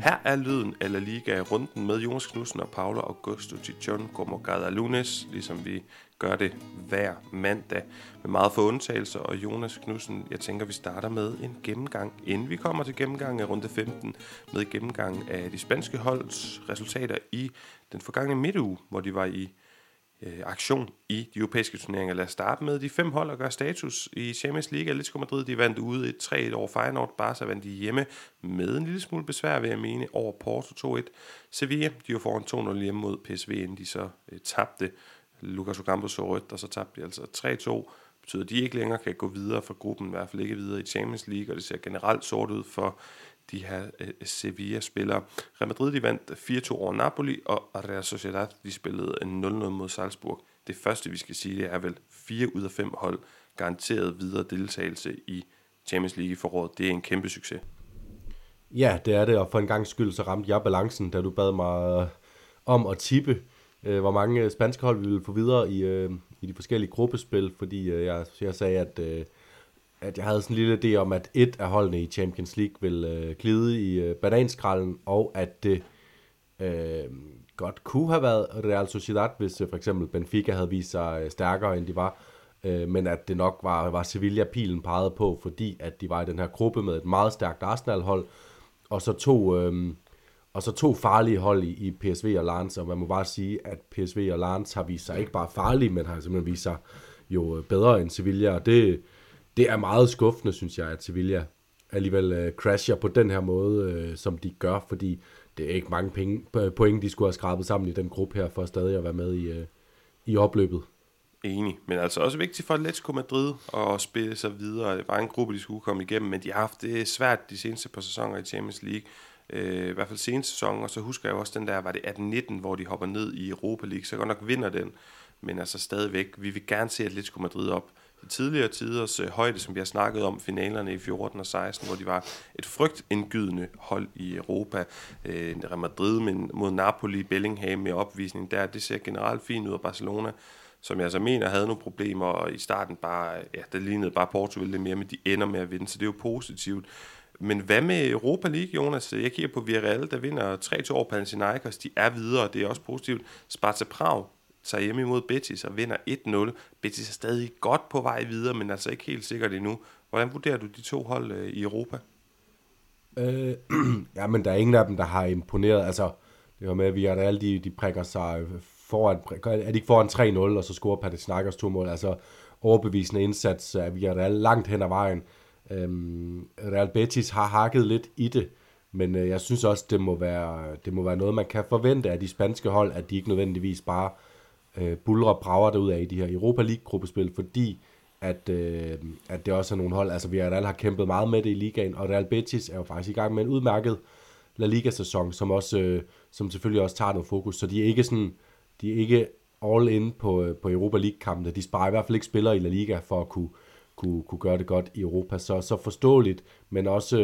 Her er lyden af La Liga runden med Jonas Knudsen og Paulo Augusto Chichon como cada lunes, ligesom vi gør det hver mandag med meget få undtagelser. Og Jonas Knudsen, jeg tænker, vi starter med en gennemgang, inden vi kommer til gennemgang af runde 15, med gennemgang af de spanske holds resultater i den forgangne midtuge, hvor de var i aktion i de europæiske turneringer. Lad os starte med de 5 hold, der gør status i Champions League. Atletico Madrid, de vandt ude 3-1 over Feyenoord. Barca vandt de hjemme med en lille smule besvær, vil jeg mene, over Porto 2-1. Sevilla, de var foran 2-0 hjemme mod PSV, inden de så tabte. Lucas Ocampo så rødt, og så tabte de altså 3-2. Betyder, at de ikke længere kan gå videre fra gruppen, i hvert fald ikke videre i Champions League, og det ser generelt sort ud for de her Sevilla-spillere. Real Madrid, de vandt 4-2 over Napoli, og Real Sociedad, de spillede 0-0 mod Salzburg. Det første, vi skal sige, det er vel 4 ud af 5 hold garanteret videre deltagelse i Champions League i foråret. Det er en kæmpe succes. Ja, det er det, og for en gang skyld så ramte jeg balancen, da du bad mig om at tippe, hvor mange spanske hold vi ville få videre i de forskellige gruppespil, fordi jeg sagde, at jeg havde sådan en lille idé om, at et af holdene i Champions League ville glide i bananskralden, og at det godt kunne have været Real Sociedad, hvis for eksempel Benfica havde vist sig stærkere, end de var, men at det nok var Sevilla, pilen pegede på, fordi at de var i den her gruppe med et meget stærkt Arsenal-hold, og så to farlige hold i PSV og Lens, og man må bare sige, at PSV og Lens har vist sig ikke bare farlige, men har simpelthen vist sig jo bedre end Sevilla, og det er meget skuffende, synes jeg, at Sevilla alligevel crasher på den her måde, som de gør, fordi det er ikke mange point, de skulle have skrabet sammen i den gruppe her, for stadig at være med i opløbet. Enig, men altså også vigtigt for Atletico Madrid at spille sig videre. Det var en gruppe, de skulle komme igennem, men de har haft det svært de seneste par sæsoner i Champions League. I hvert fald seneste sæson, og så husker jeg også den der, var det 18-19, hvor de hopper ned i Europa League, så godt nok vinder den, men altså stadigvæk, vi vil gerne se Atletico Madrid op til tidligere tiders højde, som vi har snakket om, finalerne i 14 og 16, hvor de var et frygtindgydende hold i Europa. Real Madrid mod Napoli, Bellingham med opvisning der, det ser generelt fint ud af Barcelona, som jeg altså mener havde nogle problemer, og i starten bare, ja, det lignede bare Portugal lidt mere, men de ender med at vinde, så det er jo positivt. Men hvad med Europa League, Jonas? Jeg kigger på Villarreal, der vinder 3-2 over Panathinaikos, de er videre, det er også positivt. Sparta Prag tager hjemme imod Betis og vinder 1-0. Betis er stadig godt på vej videre, men altså ikke helt sikkert endnu. Hvordan vurderer du de 2 hold i Europa? Ja, men der er ingen af dem, der har imponeret. Altså, det var med, at Villarreal, de prikker sig foran, er de ikke foran 3-0, og så scorer Panathinaikos 2 mål. Altså, overbevisende indsats af Villarreal langt hen ad vejen. Real Betis har hakket lidt i det, men jeg synes også, det må være noget, man kan forvente af de spanske hold, at de ikke nødvendigvis bare buldrer brager derud af i de her Europa League-gruppespil, fordi at det også er nogle hold, altså Villarreal har kæmpet meget med det i ligaen, og Real Betis er jo faktisk i gang med en udmærket La Liga-sæson, som selvfølgelig også tager noget fokus, så de er ikke all in på Europa League-kampene, de sparer i hvert fald ikke spillere i La Liga for at kunne gøre det godt i Europa, så forståeligt, men også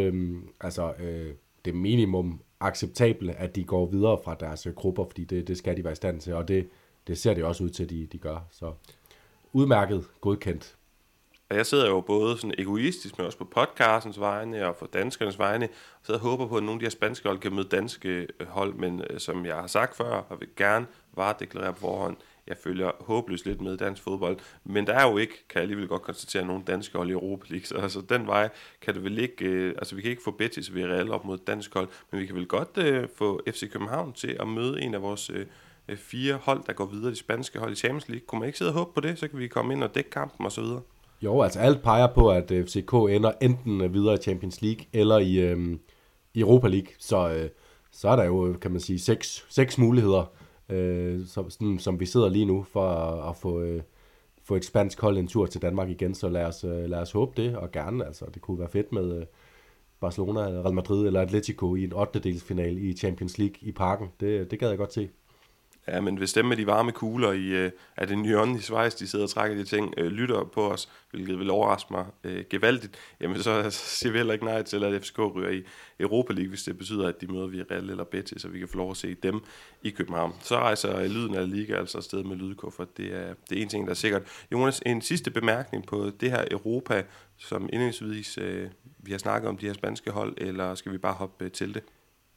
det minimum acceptable, at de går videre fra deres grupper, fordi det skal de være i stand til, og det ser det også ud til, de gør. Så udmærket, godkendt. Og jeg sidder jo både sådan egoistisk, men også på podcastens vegne og for danskernes vegne, og så håber på, at nogle af de her spanske hold kan møde danske hold, men som jeg har sagt før, og vil gerne varedeklarere på forhånd, jeg følger håbløst lidt med dansk fodbold, men der er jo ikke, kan jeg alligevel godt konstatere, nogle danske hold i Europa League, så altså den vej kan det vel ikke, altså vi kan ikke få Betis og Villarreal op mod dansk hold, men vi kan vel godt få FC København til at møde en af vores 4 hold, der går videre, de spanske hold i Champions League. Kunne man ikke sidde og håbe på det, så kan vi komme ind og dække kampen og så videre? Jo, altså alt peger på, at FCK ender enten videre i Champions League eller i Europa League, så er der jo, kan man sige, 6 muligheder, som vi sidder lige nu for at få et spansk hold en tur til Danmark igen, så lad os håbe det, og gerne, altså det kunne være fedt med Barcelona, Real Madrid eller Atletico i en 8-delsfinale i Champions League i Parken. Det gad jeg godt se. Ja, men hvis dem med de varme kugler af det Nyon i Schweiz, de sidder og trækker de ting, lytter på os, hvilket vil overraske mig gevaldigt, jamen så siger vi heller ikke nej til, at FCK ryger i Europa League, hvis det betyder, at de møder Villarreal eller Betis, så vi kan få lov at se dem i København. Så rejser lyden af Liga altså afsted med lydkuffer. Det er en ting, der er sikkert. Jonas, en sidste bemærkning på det her Europa, som indledningsvis vi har snakket om de her spanske hold, eller skal vi bare hoppe til det?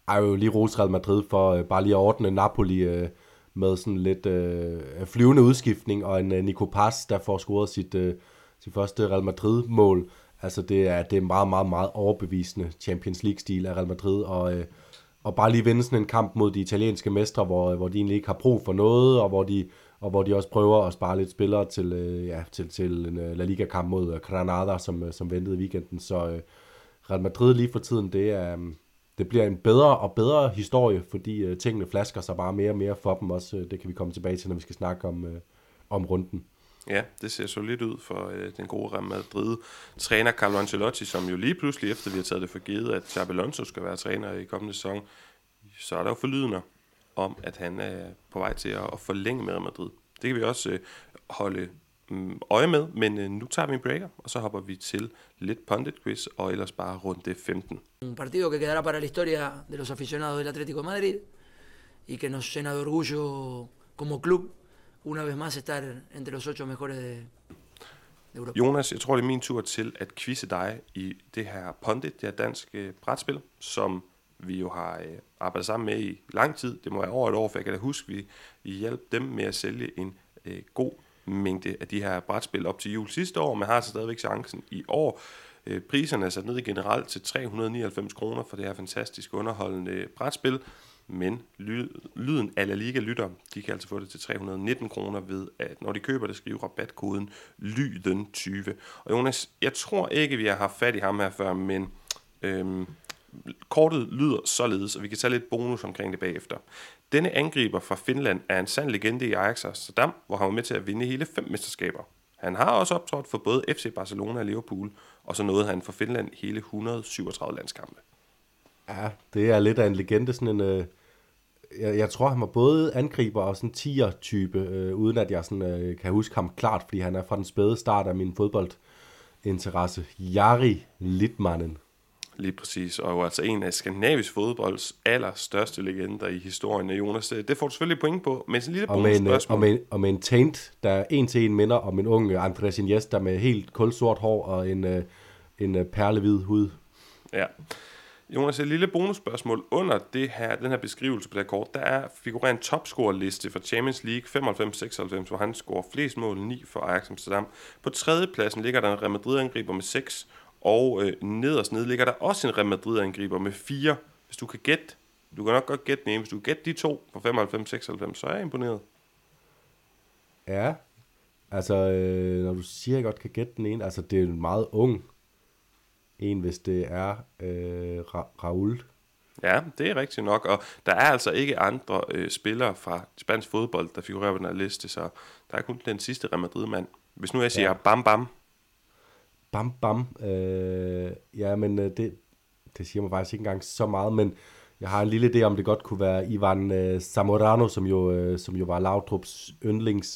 er jo lige rose Real Madrid for bare lige at ordne Napoli med sådan lidt flyvende udskiftning, og en Nico Paz, der får scoret sit første Real Madrid-mål. Altså det er meget, meget, meget overbevisende Champions League-stil af Real Madrid, og bare lige vinde sådan en kamp mod de italienske mestre, hvor de egentlig ikke har brug for noget, og hvor de også prøver at spare lidt spillere til en La Liga-kamp mod Granada, som ventede i weekenden. Så Real Madrid lige for tiden, det bliver en bedre og bedre historie, fordi tingene flasker sig bare mere og mere for dem også. Det kan vi komme tilbage til, når vi skal snakke om runden. Ja, det ser solidt ud for den gode Real Madrid-træner Carlo Ancelotti, som jo lige pludselig, efter vi har taget det for givet, at Xabi Alonso skal være træner i kommende sæson, så er der jo forlydende om, at han er på vej til at forlænge med Real Madrid. Det kan vi også holde øje med, men nu tager vi en breaker, og så hopper vi til lidt pundit-quiz, og ellers bare runde 15. Un partido que quedará para la historia de los aficionados del Atlético de Madrid y que nos llena de orgullo como club una vez más estar entre los 8 mejores de Europa. Jonas, jeg tror, det er min tur til at quizze dig i det her pundit, det her danske brætspil, som vi jo har arbejdet sammen med i lang tid. Det må være over et år, for jeg kan da huske, vi hjalp dem med at sælge en god mængde af de her brætspil op til jul sidste år, men har altså stadigvæk chancen i år. Priserne er sat ned generelt til 399 kroner for det her fantastisk underholdende brætspil, men lyden af La Liga lytter, de kan altså få det til 319 kroner ved, at når de køber det, skriver rabatkoden LYDEN20. Og Jonas, jeg tror ikke, vi har haft fat i ham her før, men kortet lyder således, og vi kan tage lidt bonus omkring det bagefter. Denne angriber fra Finland er en sand legende i Ajax Amsterdam, hvor han var med til at vinde hele 5 mesterskaber. Han har også optrådt for både FC Barcelona og Liverpool, og så nåede han for Finland hele 137 landskampe. Ja, det er lidt af en legende, sådan en... Jeg tror, han var både angriber og sådan 10'er-type, uden at jeg sådan, kan huske ham klart, fordi han er fra den spæde start af min fodboldinteresse. Jari Litmanen. Lige præcis, og jo altså en af skandinavisk fodbolds allerstørste legender i historien af Jonas. Det får du selvfølgelig point på, men sådan en lille bonusspørgsmål. Og med en taint, der en til en minder om en ung Andrés Iniesta med helt kulsort hår og en perlehvid hud. Ja. Jonas, et lille bonusspørgsmål. Under den her beskrivelse på det her kort, der er figurerer en topscore-liste for Champions League 95-96, hvor han scorer flest mål, 9 for Ajax Amsterdam. På tredjepladsen ligger der en Real Madrid-angriber med 6, og nederst nede ligger der også en Real Madrid-angriber med 4. Hvis du kan gætte, du kan nok godt gætte den ene, hvis du kan gætte de to på 95-96, så er jeg imponeret. Ja, altså når du siger, jeg godt kan gætte den ene, altså det er en meget ung en, hvis det er Raul. Ja, det er rigtigt nok, og der er altså ikke andre spillere fra spansk fodbold, der figurerer på den her liste, så der er kun den sidste Real Madrid-mand. Hvis nu jeg siger Bam Bam. Bam Bam, ja, men det siger mig faktisk ikke engang så meget, men jeg har en lille idé om, det godt kunne være Ivan Zamorano, som jo var Laudrups yndlings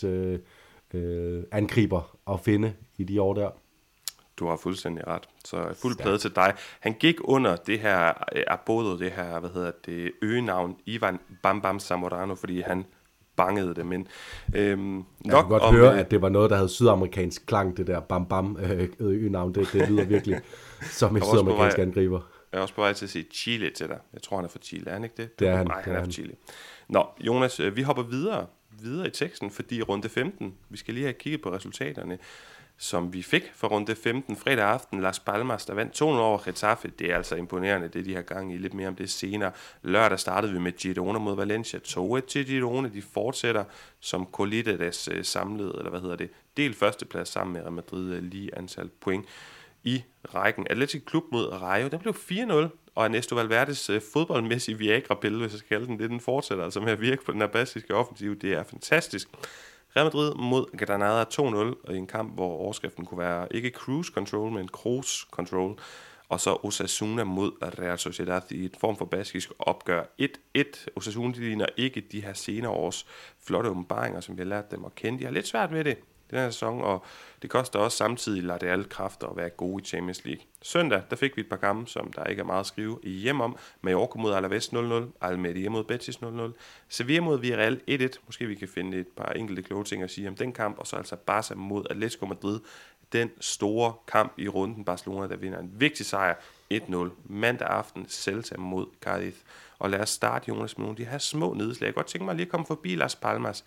angriber at finde i de år der. Du har fuldstændig ret. Så fuld plade til dig. Han gik under det her apodo, det her, øgenavn Ivan Bam Bam Zamorano, fordi han bangede det, men jeg kan godt høre, at det var noget, der havde sydamerikansk klang, det der Bam Bam øgenavn. Det lyder virkelig som en sydamerikansk angriber. Jeg er også på vej til at sige Chile til dig. Jeg tror, han er fra Chile, er han ikke det? Det er han. Nej, han er fra Chile. Nå, Jonas, vi hopper videre i teksten, fordi runde 15, vi skal lige have kigget på resultaterne, som vi fik for runde 15 fredag aften. Las Palmas, der vandt 2-0 over Getafe. Det er altså imponerende, det de har gang i. Lidt mere om det senere. Lørdag startede vi med Girona mod Valencia. 2-1 til Girona. De fortsætter som Colides samlede, del førsteplads sammen med Real Madrid, lige antal point i rækken. Athletic Club mod Rayo, den blev 4-0, og Ernesto Valverdes fodboldmæssige Viagra-pille, hvis jeg skal kalde den fortsætter altså med at virke på den her basiske offensiv. Det er fantastisk. Real Madrid mod Granada 2-0 i en kamp, hvor overskriften kunne være ikke cruise control, men cruise control. Og så Osasuna mod Real Sociedad i et form for baskisk opgør 1-1. Osasuna, de ligner ikke de her senere års flotte åbenbaringer, som vi har lært dem at kende. De har lidt svært ved det den her sæson, og det koster også samtidig lade alle kræfter at være gode i Champions League. Søndag, der fik vi et par kampe, som der ikke er meget at skrive hjem om. Mallorca mod Alaves 0-0, Almeria mod Betis 0-0, Sevilla mod Villarreal 1-1. Måske vi kan finde et par enkelte kloge ting at sige om den kamp, og så altså Barca mod Atletico Madrid den store kamp i runden. Barcelona, der vinder en vigtig sejr 1-0 mandag aften, Celta mod Cádiz. Og lad os starte, Jonas, med nogle af de her små nedslag. Jeg kan godt tænke mig lige at komme forbi Las Palmas.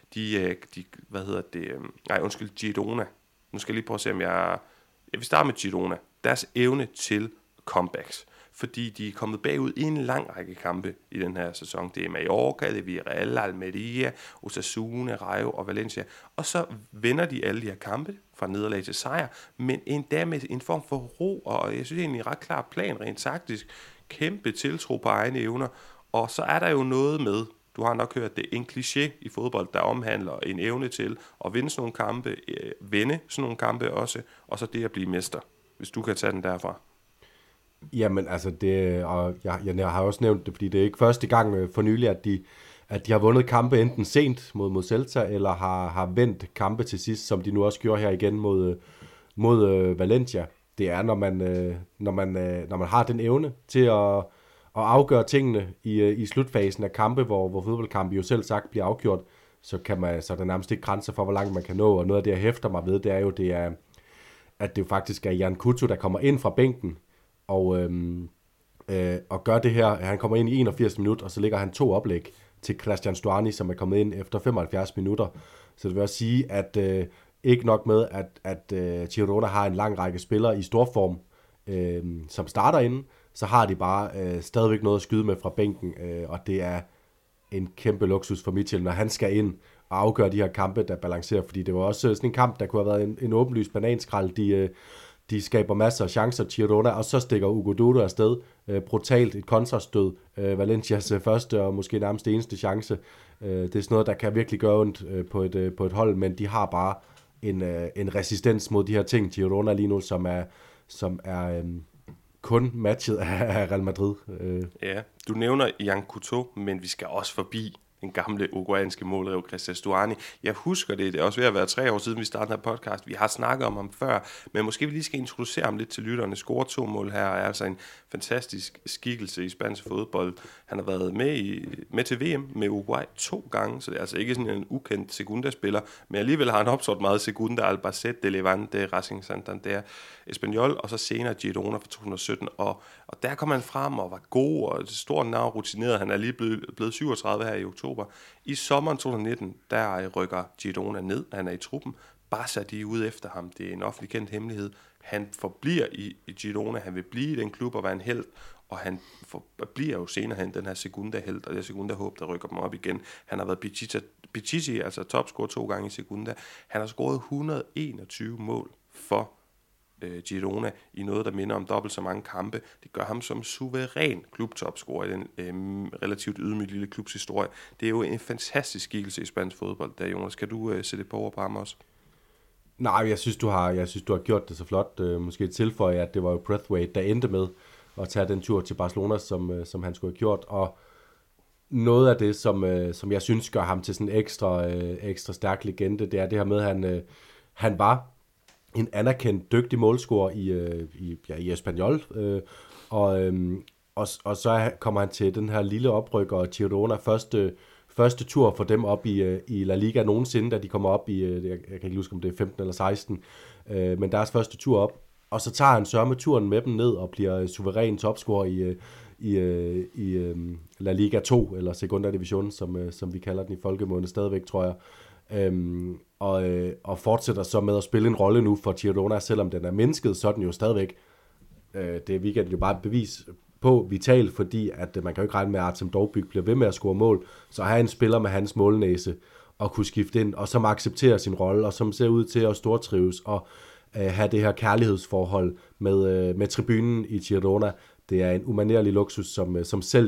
Girona. Nu skal jeg lige prøve at se, om jeg vil starte med Girona. Deres evne til comebacks. Fordi de er kommet bagud i en lang række kampe i den her sæson. Det er Mallorca, det er Villarreal, Almeria, Osasuna, Rayo og Valencia. Og så vender de alle de her kampe fra nederlag til sejr, men endda med en form for ro, og jeg synes egentlig en ret klar plan rent taktisk. Kæmpe tiltro på egne evner. Og så er der jo noget med, du har nok hørt det, en kliché i fodbold, der omhandler en evne til at vinde sådan nogle kampe, vinde sådan nogle kampe også, og så det at blive mester. Hvis du kan tage den derfra. Jamen, altså, jeg har også nævnt det, fordi det er ikke første gang for nylig, at de har vundet kampe enten sent mod Celta, eller har vendt kampe til sidst, som de nu også gjorde her igen mod Valencia. Det er, når man har den evne til at afgøre tingene i slutfasen af kampe, hvor fodboldkampe jo selv sagt bliver afgjort, så er der nærmest ikke grænser for, hvor langt man kan nå, og noget af det, jeg hæfter mig ved, det er jo, at det jo faktisk er Jan Couto, der kommer ind fra bænken, og gør det her. Han kommer ind i 81 minutter, og så lægger han 2 oplæg til Christian Stuani, som er kommet ind efter 75 minutter. Så det vil også sige, at ikke nok med, at Girona har en lang række spillere i stor form, som starter inden, så har de bare stadigvæk noget at skyde med fra bænken, og det er en kæmpe luksus for Mitchell, når han skal ind og afgøre de her kampe, der balancerer, fordi det var også sådan en kamp, der kunne have været en åbenlyst bananskrald. De skaber masser af chancer, Girona, og så stikker Hugo Dodo afsted. Brutalt et kontrastød. Valencias første og måske nærmest eneste chance. Det er sådan noget, der kan virkelig gøre ondt på et hold, men de har bare en resistens mod de her ting, Girona lige nu, som er kun matchet af Real Madrid. Ja, du nævner Jan Couto, men vi skal også forbi den gamle uruguayanske målrev Christian Stuani. Jeg husker det er også ved at være 3 år siden, vi startede her podcast. Vi har snakket om ham før, men måske vi lige skal introducere ham lidt til lytterne. Score 2 mål her er altså en fantastisk skikkelse i spansk fodbold. Han har været med til VM med Uruguay 2 gange, så det er altså ikke sådan en ukendt Segunda-spiller, men alligevel har han optrådt meget Segunda, Albacete, de Levante, Racing Santander, Espanyol, og så senere Girona fra 2017, og der kom han frem og var god, og et stort navn rutineret. Han er lige blevet 37 her i oktober. I sommeren 2019, der rykker Girona ned. Han er i truppen. Barca, de er ude efter ham. Det er en offentlig kendt hemmelighed. Han forbliver i Girona. Han vil blive i den klub og være en helt, og han bliver jo senere hen den her Segunda-helt, og det er Segunda-håb, der rykker dem op igen. Han har været Pichichi, altså topscorer 2 gange i Segunda. Han har scoret 121 mål for Girona i noget, der minder om dobbelt så mange kampe. Det gør ham som suveræn klubtopscorer i den relativt ydmyge lille klubs historie. Det er jo en fantastisk skikkelse i spansk fodbold. Der, Jonas, kan du sætte et par ord på ham også? Nej, jeg synes, du har gjort det så flot. Måske tilføje, at det var jo Braithwaite, der endte med at tage den tur til Barcelona, som han skulle have gjort. Og noget af det, som jeg synes gør ham til sådan en ekstra stærk legende, det er det her med, at han var en anerkendt dygtig målscorer i Espanyol, og så kommer han til den her lille oprykker, og Girona første tur for dem op i La Liga nogensinde, da de kommer op i, jeg kan ikke huske, om det er 15 eller 16, men deres første tur op, og så tager han sørme turen med dem ned og bliver suveræn topscorer i La Liga 2, eller Segunda Division, som vi kalder den i folkemunde stadigvæk, tror jeg. Og fortsætter så med at spille en rolle nu for Girona, selvom den er mindsket, så er den jo stadigvæk, det er weekenden jo bare et bevis på vital, fordi at man kan jo ikke regne med, at Artem Dovbyk bliver ved med at score mål, så har en spiller med hans målnæse og kunne skifte ind, og som accepterer sin rolle, og som ser ud til at stortrives, og have det her kærlighedsforhold med tribunen i Girona. Det er en umanerlig luksus, som selv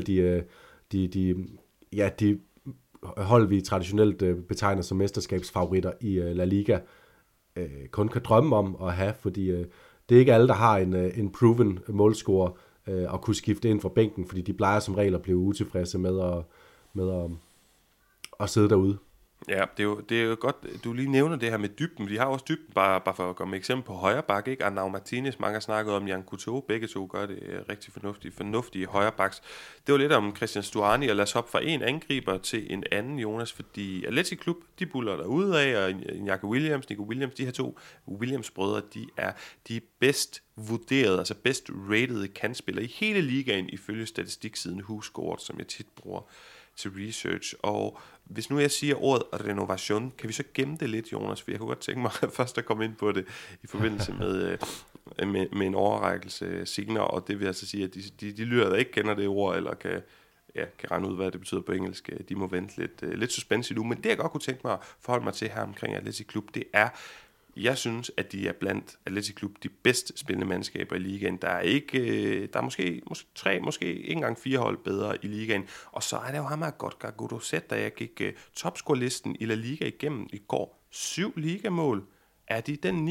de hold, vi traditionelt betegner som mesterskabsfavoritter i La Liga, kun kan drømme om at have, fordi det er ikke alle, der har en proven målscorer at kunne skifte ind fra bænken, fordi de plejer som regel at blive utilfredse med at sidde derude. Ja, det er jo godt, du lige nævner det her med dybden. De har også dybden, bare for at komme med eksempel på højre bak, ikke? Arnau Martinez, mange har snakket om, Jan Couto, begge to gør det rigtig fornuftige højre baks. Det var lidt om Christian Stuani, og lad os hoppe fra en angriber til en anden, Jonas, fordi Athletic Club, de buller derude af, og Nico Williams, de her to Williams-brødre, de er de bedst vurderede, altså bedst rated kantspillere i hele ligaen, ifølge statistiksiden WhoScored, som jeg tit bruger til research. Og hvis nu jeg siger ordet renovation, kan vi så gemme det lidt, Jonas? For jeg kunne godt tænke mig først at komme ind på det i forbindelse med en overrækkelse signer, og det vil altså sige, at de lytter, der ikke kender det ord, eller kan regne ud, hvad det betyder på engelsk, de må vente lidt suspense nu. Men det, jeg godt kunne tænke mig at forholde mig til her omkring Athletic Club, det er, jeg synes, at de er blandt Athletic Club de bedst spillende mandskaber i ligaen. Der er måske 3, måske ikke engang 4 hold bedre i ligaen. Og så er det jo ham her godt Godset, da jeg gik topscore-listen i La Liga igennem i går. 7 ligamål. Er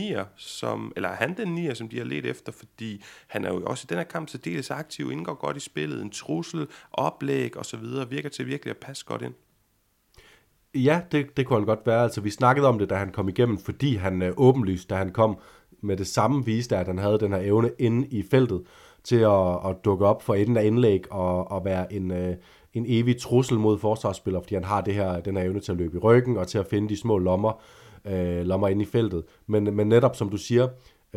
han den nier, som de har let efter? Fordi han er jo også i den her kamp så dels aktiv, indgår godt i spillet, en trussel, oplæg osv. Virker til virkelig at passe godt ind. Ja, det kunne han godt være. Altså, vi snakkede om det, da han kom igennem, fordi han åbenlyst, da han kom med det samme, viste, at han havde den her evne inde i feltet til at dukke op for enden af indlæg og være en evig trussel mod forsvarsspillere, fordi han har den her evne til at løbe i ryggen og til at finde de små lommer inde i feltet. Men netop, som du siger,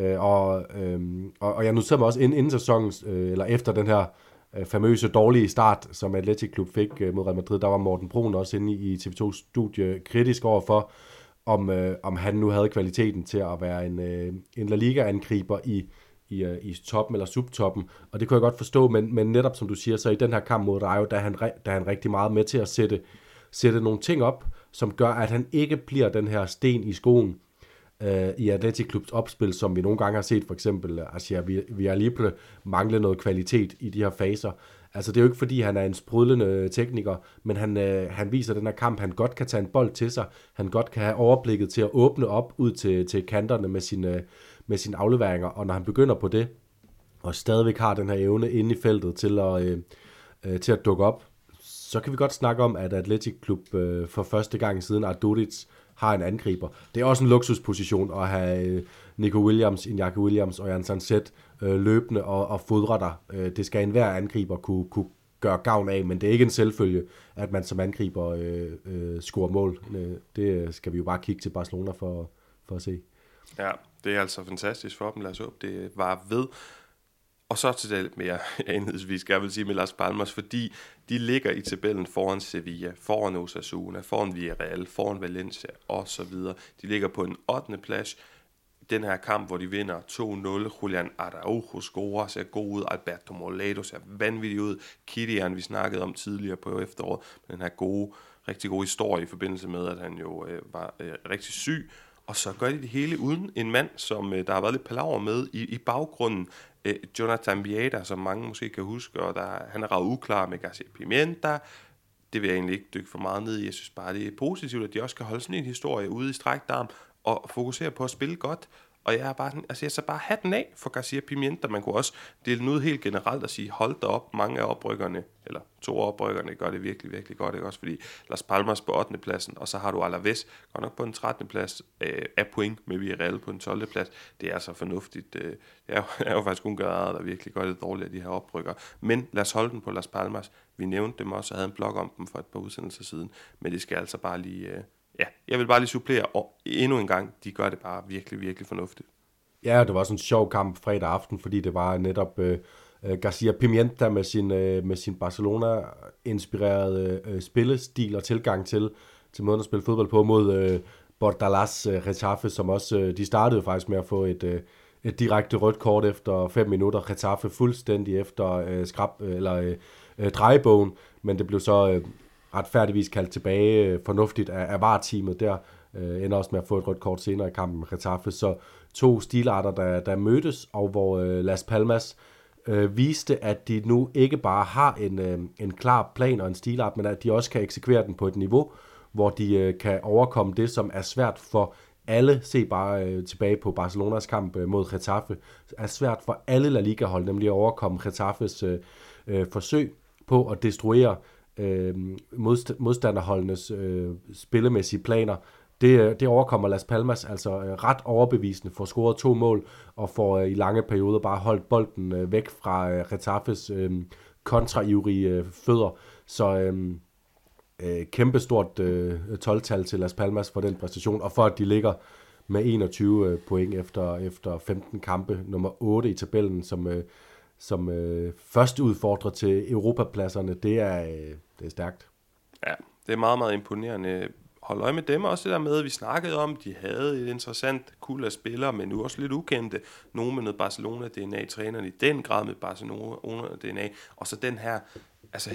og jeg noterede mig også inden sæsonen, eller efter den her famøse dårlige start, som Athletic Club fik mod Real Madrid, der var Morten Brun også inde i TV2's studie kritisk overfor, om han nu havde kvaliteten til at være en La Liga-angriber i toppen eller subtoppen, og det kunne jeg godt forstå, men netop som du siger, så i den her kamp mod Rayo, der er han rigtig meget med til at sætte nogle ting op, som gør, at han ikke bliver den her sten i skoen i Athletic Clubs opspil, som vi nogle gange har set, for eksempel, vi har lige manglet noget kvalitet i de her faser. Altså, det er jo ikke, fordi han er en sprudlende tekniker, men han viser den her kamp, han godt kan tage en bold til sig, han godt kan have overblikket til at åbne op ud til kanterne med sine afleveringer, og når han begynder på det, og stadigvæk har den her evne inde i feltet til at dukke op, så kan vi godt snakke om, at Athletic Club for første gang siden Arduric har en angriber. Det er også en luksusposition at have Nico Williams, Iñaki Williams og Jan Sanzet løbende og fodre dig. Det skal enhver angriber kunne gøre gavn af, men det er ikke en selvfølge, at man som angriber scorer mål. Det skal vi jo bare kigge til Barcelona for at se. Ja, det er altså fantastisk for dem. Lad os håbe, det var ved. Og så til det lidt mere enhedsvis, skal jeg vil sige med Las Palmas, fordi de ligger i tabellen foran Sevilla, foran Osasuna, foran Villarreal, foran Valencia osv. De ligger på en 8. plads. Den her kamp, hvor de vinder 2-0. Julian Araujo scorer, ser god ud. Alberto Moledo ser vanvittigt ud. Kilian, vi snakkede om tidligere på efteråret, med den her rigtig gode historie i forbindelse med, at han jo var rigtig syg. Og så gør de det hele uden en mand, som der har været lidt palaver med i baggrunden. Jonathan Vieda, som mange måske kan huske, og han er ret uklar med Garcia Pimenta. Det vil jeg egentlig ikke dykke for meget ned i. Jeg synes bare, det er positivt, at de også kan holde sådan en historie ude i strækt arm og fokusere på at spille godt. Og jeg så bare hatten af for Garcia Pimenta. Man kunne også dele den ud helt generelt og sige, hold da op, mange af oprykkerne, eller 2 oprykkerne, gør det virkelig, virkelig godt, ikke også? Fordi Las Palmas på 8. pladsen, og så har du Alaves, godt nok på en 13. plads af point med Villarreal på en 12. plads. Det er så fornuftigt. Det er jo faktisk ungøret, der virkelig gør det dårligt af de her oprykker. Men lad os holde den på Las Palmas. Vi nævnte dem også og havde en blog om dem for et par udsendelser siden. Men det skal altså bare lige... jeg vil bare lige supplere, og endnu en gang, de gør det bare virkelig, virkelig fornuftigt. Ja, det var sådan en sjov kamp fredag aften, fordi det var netop Garcia Pimenta med sin Barcelona-inspirerede spillestil og tilgang til måden at spille fodbold på mod Bordalas Getafe, som også, de startede faktisk med at få et direkte rødt kort efter 5 minutter. Getafe fuldstændig efter drejebogen, men det blev så retfærdigvis kaldt tilbage fornuftigt af VAR-teamet der, ender også med at få et rødt kort senere i kampen med Getafe. Så 2 stilarter, der mødtes, og hvor Las Palmas viste, at de nu ikke bare har en klar plan og en stilart, men at de også kan eksekvere den på et niveau, hvor de kan overkomme det, som er svært for alle. Se bare tilbage på Barcelonas kamp mod Getafe. Er svært for alle La Liga-hold, nemlig at overkomme Getafes forsøg på at destruere modstanderholdenes spillemæssige planer. Det overkommer Las Palmas altså ret overbevisende, får scoret 2 mål, og får i lange perioder bare holdt bolden væk fra Retafes kontraivrige fødder. Så kæmpestort 12-tal til Las Palmas for den præstation, og for at de ligger med 21 point efter 15 kampe, nummer 8 i tabellen, som første udfordrer til Europapladserne. Det er stærkt. Ja, det er meget, meget imponerende. Hold øje med dem, også det der med, at vi snakkede om, de havde et interessant kuld af spillere, men nu også lidt ukendte. Nogle med noget Barcelona-DNA, trænerne i den grad med Barcelona-DNA, og så den her altså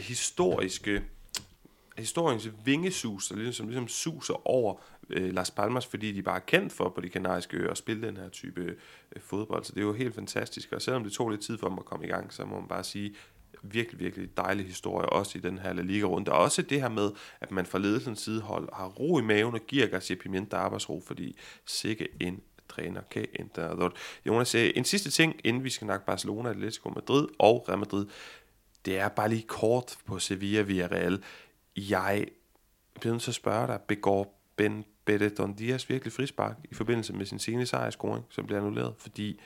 historiens vingesus, der ligesom suser over Las Palmas, fordi de bare er kendt for på de kanariske øer at spille den her type fodbold, så det er jo helt fantastisk, og selvom det tog lidt tid for dem at komme i gang, så må man bare sige, virkelig, virkelig dejlig historie, også i den her La Liga-runde, og også det her med, at man fra ledelsens side har ro i maven og giver Garcia Pimenta arbejdsro, fordi sikke en træner kan ændre. Jonas, en sidste ting, inden vi skal snakke Barcelona, Atletico Madrid og Real Madrid, det er bare lige kort på Sevilla Villarreal. Jeg bliver nødt til at spørge dig, begår Ben Benedon Diaz virkelig frispark i forbindelse med sin seneste sejrscoring, som bliver annulleret? Fordi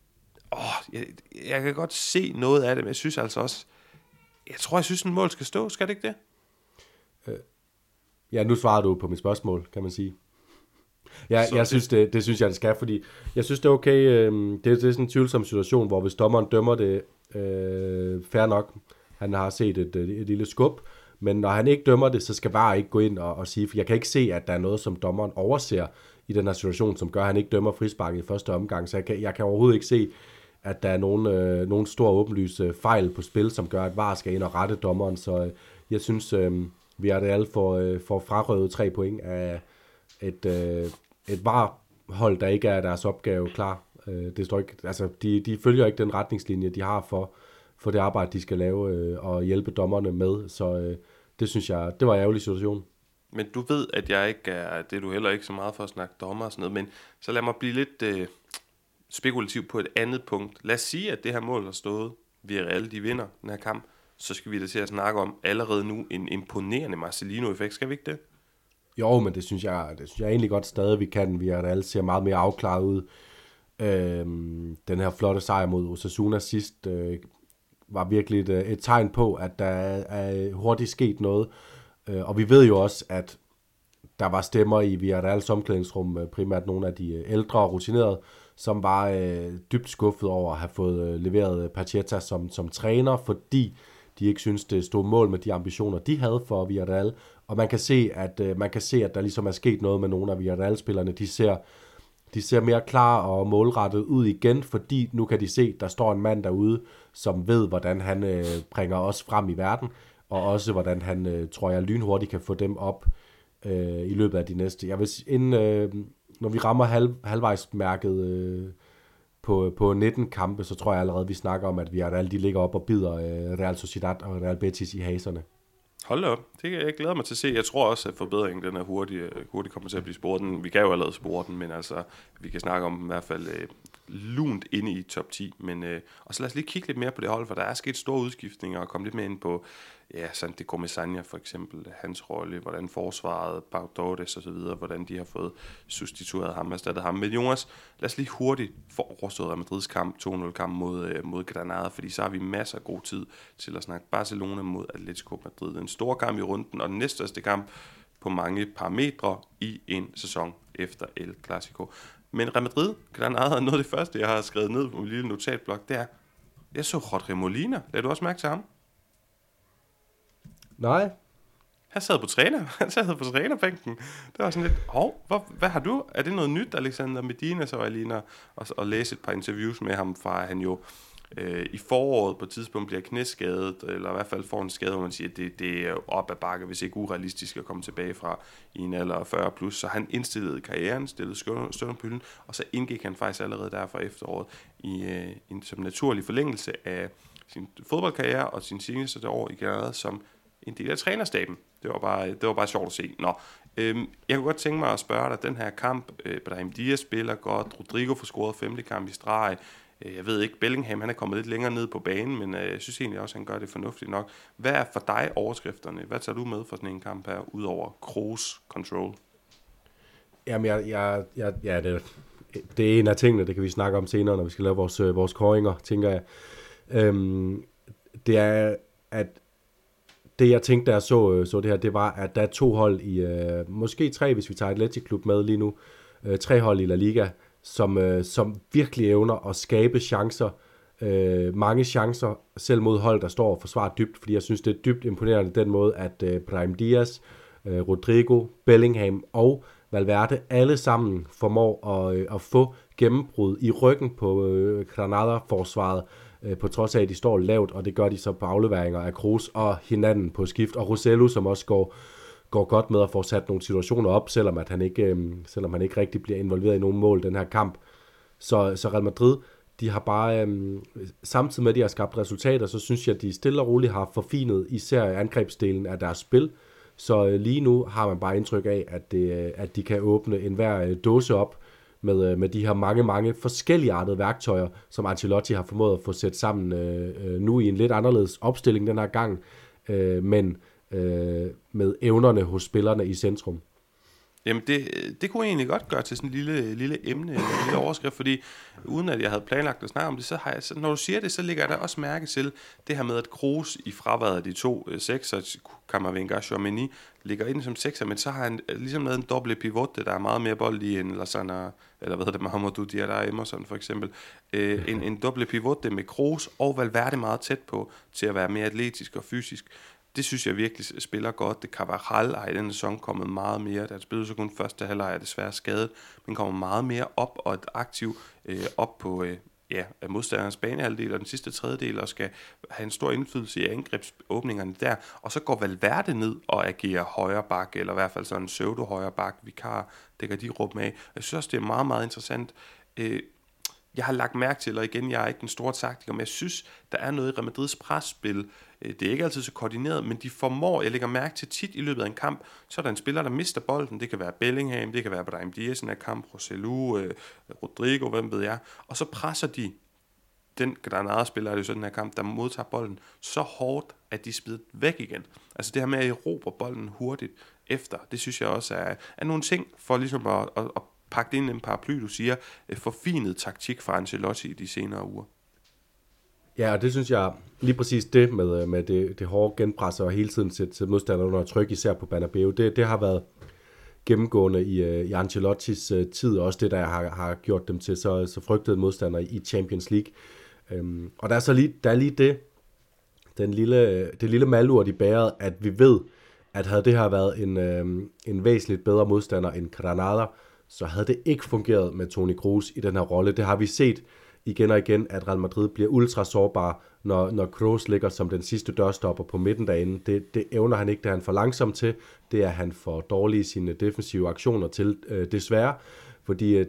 jeg kan godt se noget af det, men jeg synes altså også, jeg synes, en mål skal stå. Skal det ikke det? Ja, nu svarer du på mit spørgsmål, kan man sige. Ja, jeg synes, det synes jeg, det skal, fordi jeg synes, det er okay. Det er sådan en tvivlsom situation, hvor hvis dommeren dømmer det fair nok, han har set et lille skub, men når han ikke dømmer det, så skal VAR ikke gå ind og sige, for jeg kan ikke se, at der er noget, som dommeren overser i den her situation, som gør, at han ikke dømmer frisparket i første omgang, så jeg kan overhovedet ikke se, at der er nogen stor åbenlyse fejl på spil, som gør, at VAR skal ind og rette dommeren, så jeg synes, vi er det alle for frarøvet 3 point af et VAR-hold, der ikke er deres opgave klar. Det står ikke, altså de følger ikke den retningslinje, de har for det arbejde, de skal lave og hjælpe dommerne med, så det synes jeg, det var en ærgerlig situation. Men du ved, at jeg ikke er, det er du heller ikke så meget for at snakke dommer og sådan noget, men så lad mig blive lidt spekulativ på et andet punkt. Lad os sige, at det her mål har stået, Villarreal, de vinder den her kamp, så skal vi da til at snakke om allerede nu en imponerende Marcelino-effekt, skal vi ikke det? Jo, men det synes jeg egentlig godt stadig, vi kan. Villarreal ser meget mere afklaret ud. Den her flotte sejr mod Osasuna sidst var virkelig et tegn på, at der er hurtigt sket noget. Og vi ved jo også, at der var stemmer i Villarreals omklædningsrum, primært nogle af de ældre og rutinerede, som var dybt skuffet over at have fået leveret Pacheta som træner, fordi de ikke synes, det stod mål med de ambitioner, de havde for Villarreal. Og man kan se, at der ligesom er sket noget med nogle af Villarreal-spillerne. De ser mere klar og målrettet ud igen, fordi nu kan de se, der står en mand derude, som ved, hvordan han bringer os frem i verden, og også hvordan han, tror jeg, lynhurtigt kan få dem op i løbet af de næste. Jeg vil når vi rammer halvvejsmærket på 19 kampe, så tror jeg allerede, vi snakker om, at Villarreal, de ligger op og bider Real Sociedad og Real Betis i haserne. Hold op, jeg glæder mig til at se. Jeg tror også, at forbedringen den er hurtigt kommer til at blive sporet. Vi kan jo allerede spore den, men altså, vi kan snakke om i hvert fald lunt inde i top 10. Men, og så lad os lige kigge lidt mere på det hold, for der er sket store udskiftninger, og komme lidt mere ind på, sådan det Comesaña for eksempel, hans rolle, hvordan forsvaret, Pau Torres og så videre, hvordan de har fået substitueret ham, erstattet ham. Men Jonas, lad os lige hurtigt få overstået Real Madrids kamp, 2-0 kamp mod Granada, fordi så har vi masser af god tid til at snakke Barcelona mod Atletico Madrid. En stor kamp i runden, og den næststørste kamp på mange parametre i en sæson efter El Clasico. Men Real Madrid, Granada, noget af det første, jeg har skrevet ned på min lille notatblok, det er, jeg så Jorge Molina. Lad du også mærke til ham? Nej. Han sad på trænerbænken. Det var sådan lidt, hvad har du? Er det noget nyt, Alexander Medina? Så var jeg lige og læse et par interviews med ham fra, han jo i foråret på et tidspunkt bliver knæskadet, eller i hvert fald får en skade, hvor man siger, at det er op ad bakke, hvis ikke urealistisk at komme tilbage fra i en alder af 40 plus. Så han indstillede karrieren, stillede støtten på hylden, og så indgik han faktisk allerede der fra efteråret som naturlig forlængelse af sin fodboldkarriere og sin seneste år i Granada som en del af trænerstaben. Det var bare sjovt at se. Jeg kunne godt tænke mig at spørge dig, den her kamp, Brahim Diaz spiller godt, Rodrigo får scoret 5. kamp i streg, Jeg ved ikke, Bellingham han er kommet lidt længere ned på banen, men jeg synes egentlig også, at han gør det fornuftigt nok. Hvad er for dig overskrifterne? Hvad tager du med for sådan en kamp her, udover Kroos control? Jamen, det er en af tingene, det kan vi snakke om senere, når vi skal lave vores kåringer, tænker jeg. Det er, at det jeg tænkte, da jeg så det her, det var, at der er 2 hold i, måske 3, hvis vi tager Athletic Klub med lige nu, 3 hold i La Liga, som virkelig evner at skabe chancer, mange chancer, selv mod hold, der står og forsvarer dybt, fordi jeg synes, det er dybt imponerende den måde, at Brahim Diaz, Rodrigo, Bellingham og Valverde alle sammen formår at få gennembrud i ryggen på Granada-forsvaret, på trods af, at de står lavt, og det gør de så på afleveringer af Kroos og hinanden på skift, og Rossello, som også går godt med at få sat nogle situationer op, selvom han ikke rigtig bliver involveret i nogen mål den her kamp. Så Real Madrid, de har bare, samtidig med, at de har skabt resultater, så synes jeg, at de stille og roligt har forfinet især angrebsdelen af deres spil. Så lige nu har man bare indtryk af, at de kan åbne enhver dåse op med de her mange forskelligartede værktøjer, som Ancelotti har formået at få sat sammen nu i en lidt anderledes opstilling den her gang, men med evnerne hos spillerne i centrum. Jamen det kunne jeg egentlig godt gøre til sådan en lille emne, en lille overskrift, fordi uden at jeg havde planlagt at snakke om det, så har jeg, når du siger det, så ligger jeg da også mærke til det her med, at Kroos i fraværet af de 2 sekser, Camavinga og Tchouaméni, ligger ind som sekser, men så har han ligesom lavet en dobbelt pivot, der er meget mere bold i en Lassana, eller hvad hedder det, Mahamadou Diarra Emerson for eksempel, en dobbelt pivot med Kroos og Valverde meget tæt på, til at være mere atletisk og fysisk. Det synes jeg virkelig spiller godt. Det Carvajal har i denne sæson kommet meget mere. Der spillede så kun første halvleg, er desværre skadet, men kommer meget mere op og et aktiv op på modstanderens banehalvdel og den sidste tredjedel, og skal have en stor indflydelse i angrebsåbningerne der. Og så går Valverde ned og agerer højre bak, eller i hvert fald sådan en pseudo højre bak, vikar, dækker de rum af. Jeg synes også, det er meget, meget interessant. Jeg har lagt mærke til, og igen, jeg er ikke den store taktiker, men jeg synes, der er noget i Real Madrids presspil. Det er ikke altid så koordineret, men de formår, jeg lægger mærke til tit i løbet af en kamp, så er der en spiller, der mister bolden. Det kan være Bellingham, det kan være Brahim Diaz i en kamp, Rossello, Rodrigo, hvem ved jeg. Og så presser de den Granada-spiller, det er jo sådan en her kamp, der modtager bolden så hårdt, at de spider væk igen. Altså det her med at erobre bolden hurtigt efter, det synes jeg også er nogle ting for ligesom at pakke det ind i en paraply, du siger, forfinet taktik fra Ancelotti i de senere uger. Ja, og det synes jeg, lige præcis det med det hårde genpres og hele tiden sætte modstanderne under tryk, især på Bernabeu, det har været gennemgående i Ancelottis tid, også det, der har gjort dem til så frygtede modstandere i Champions League. Og der er lige det lille malurt i bæret, at vi ved, at havde det her været en væsentligt bedre modstander end Granada, så havde det ikke fungeret med Toni Kroos i den her rolle. Det har vi set igen og igen, at Real Madrid bliver ultra sårbar, når Kroos ligger som den sidste dørstopper på midten derinde. Det evner han ikke, det er han for langsom til. Det er han for dårlig i sine defensive aktioner til, desværre. Fordi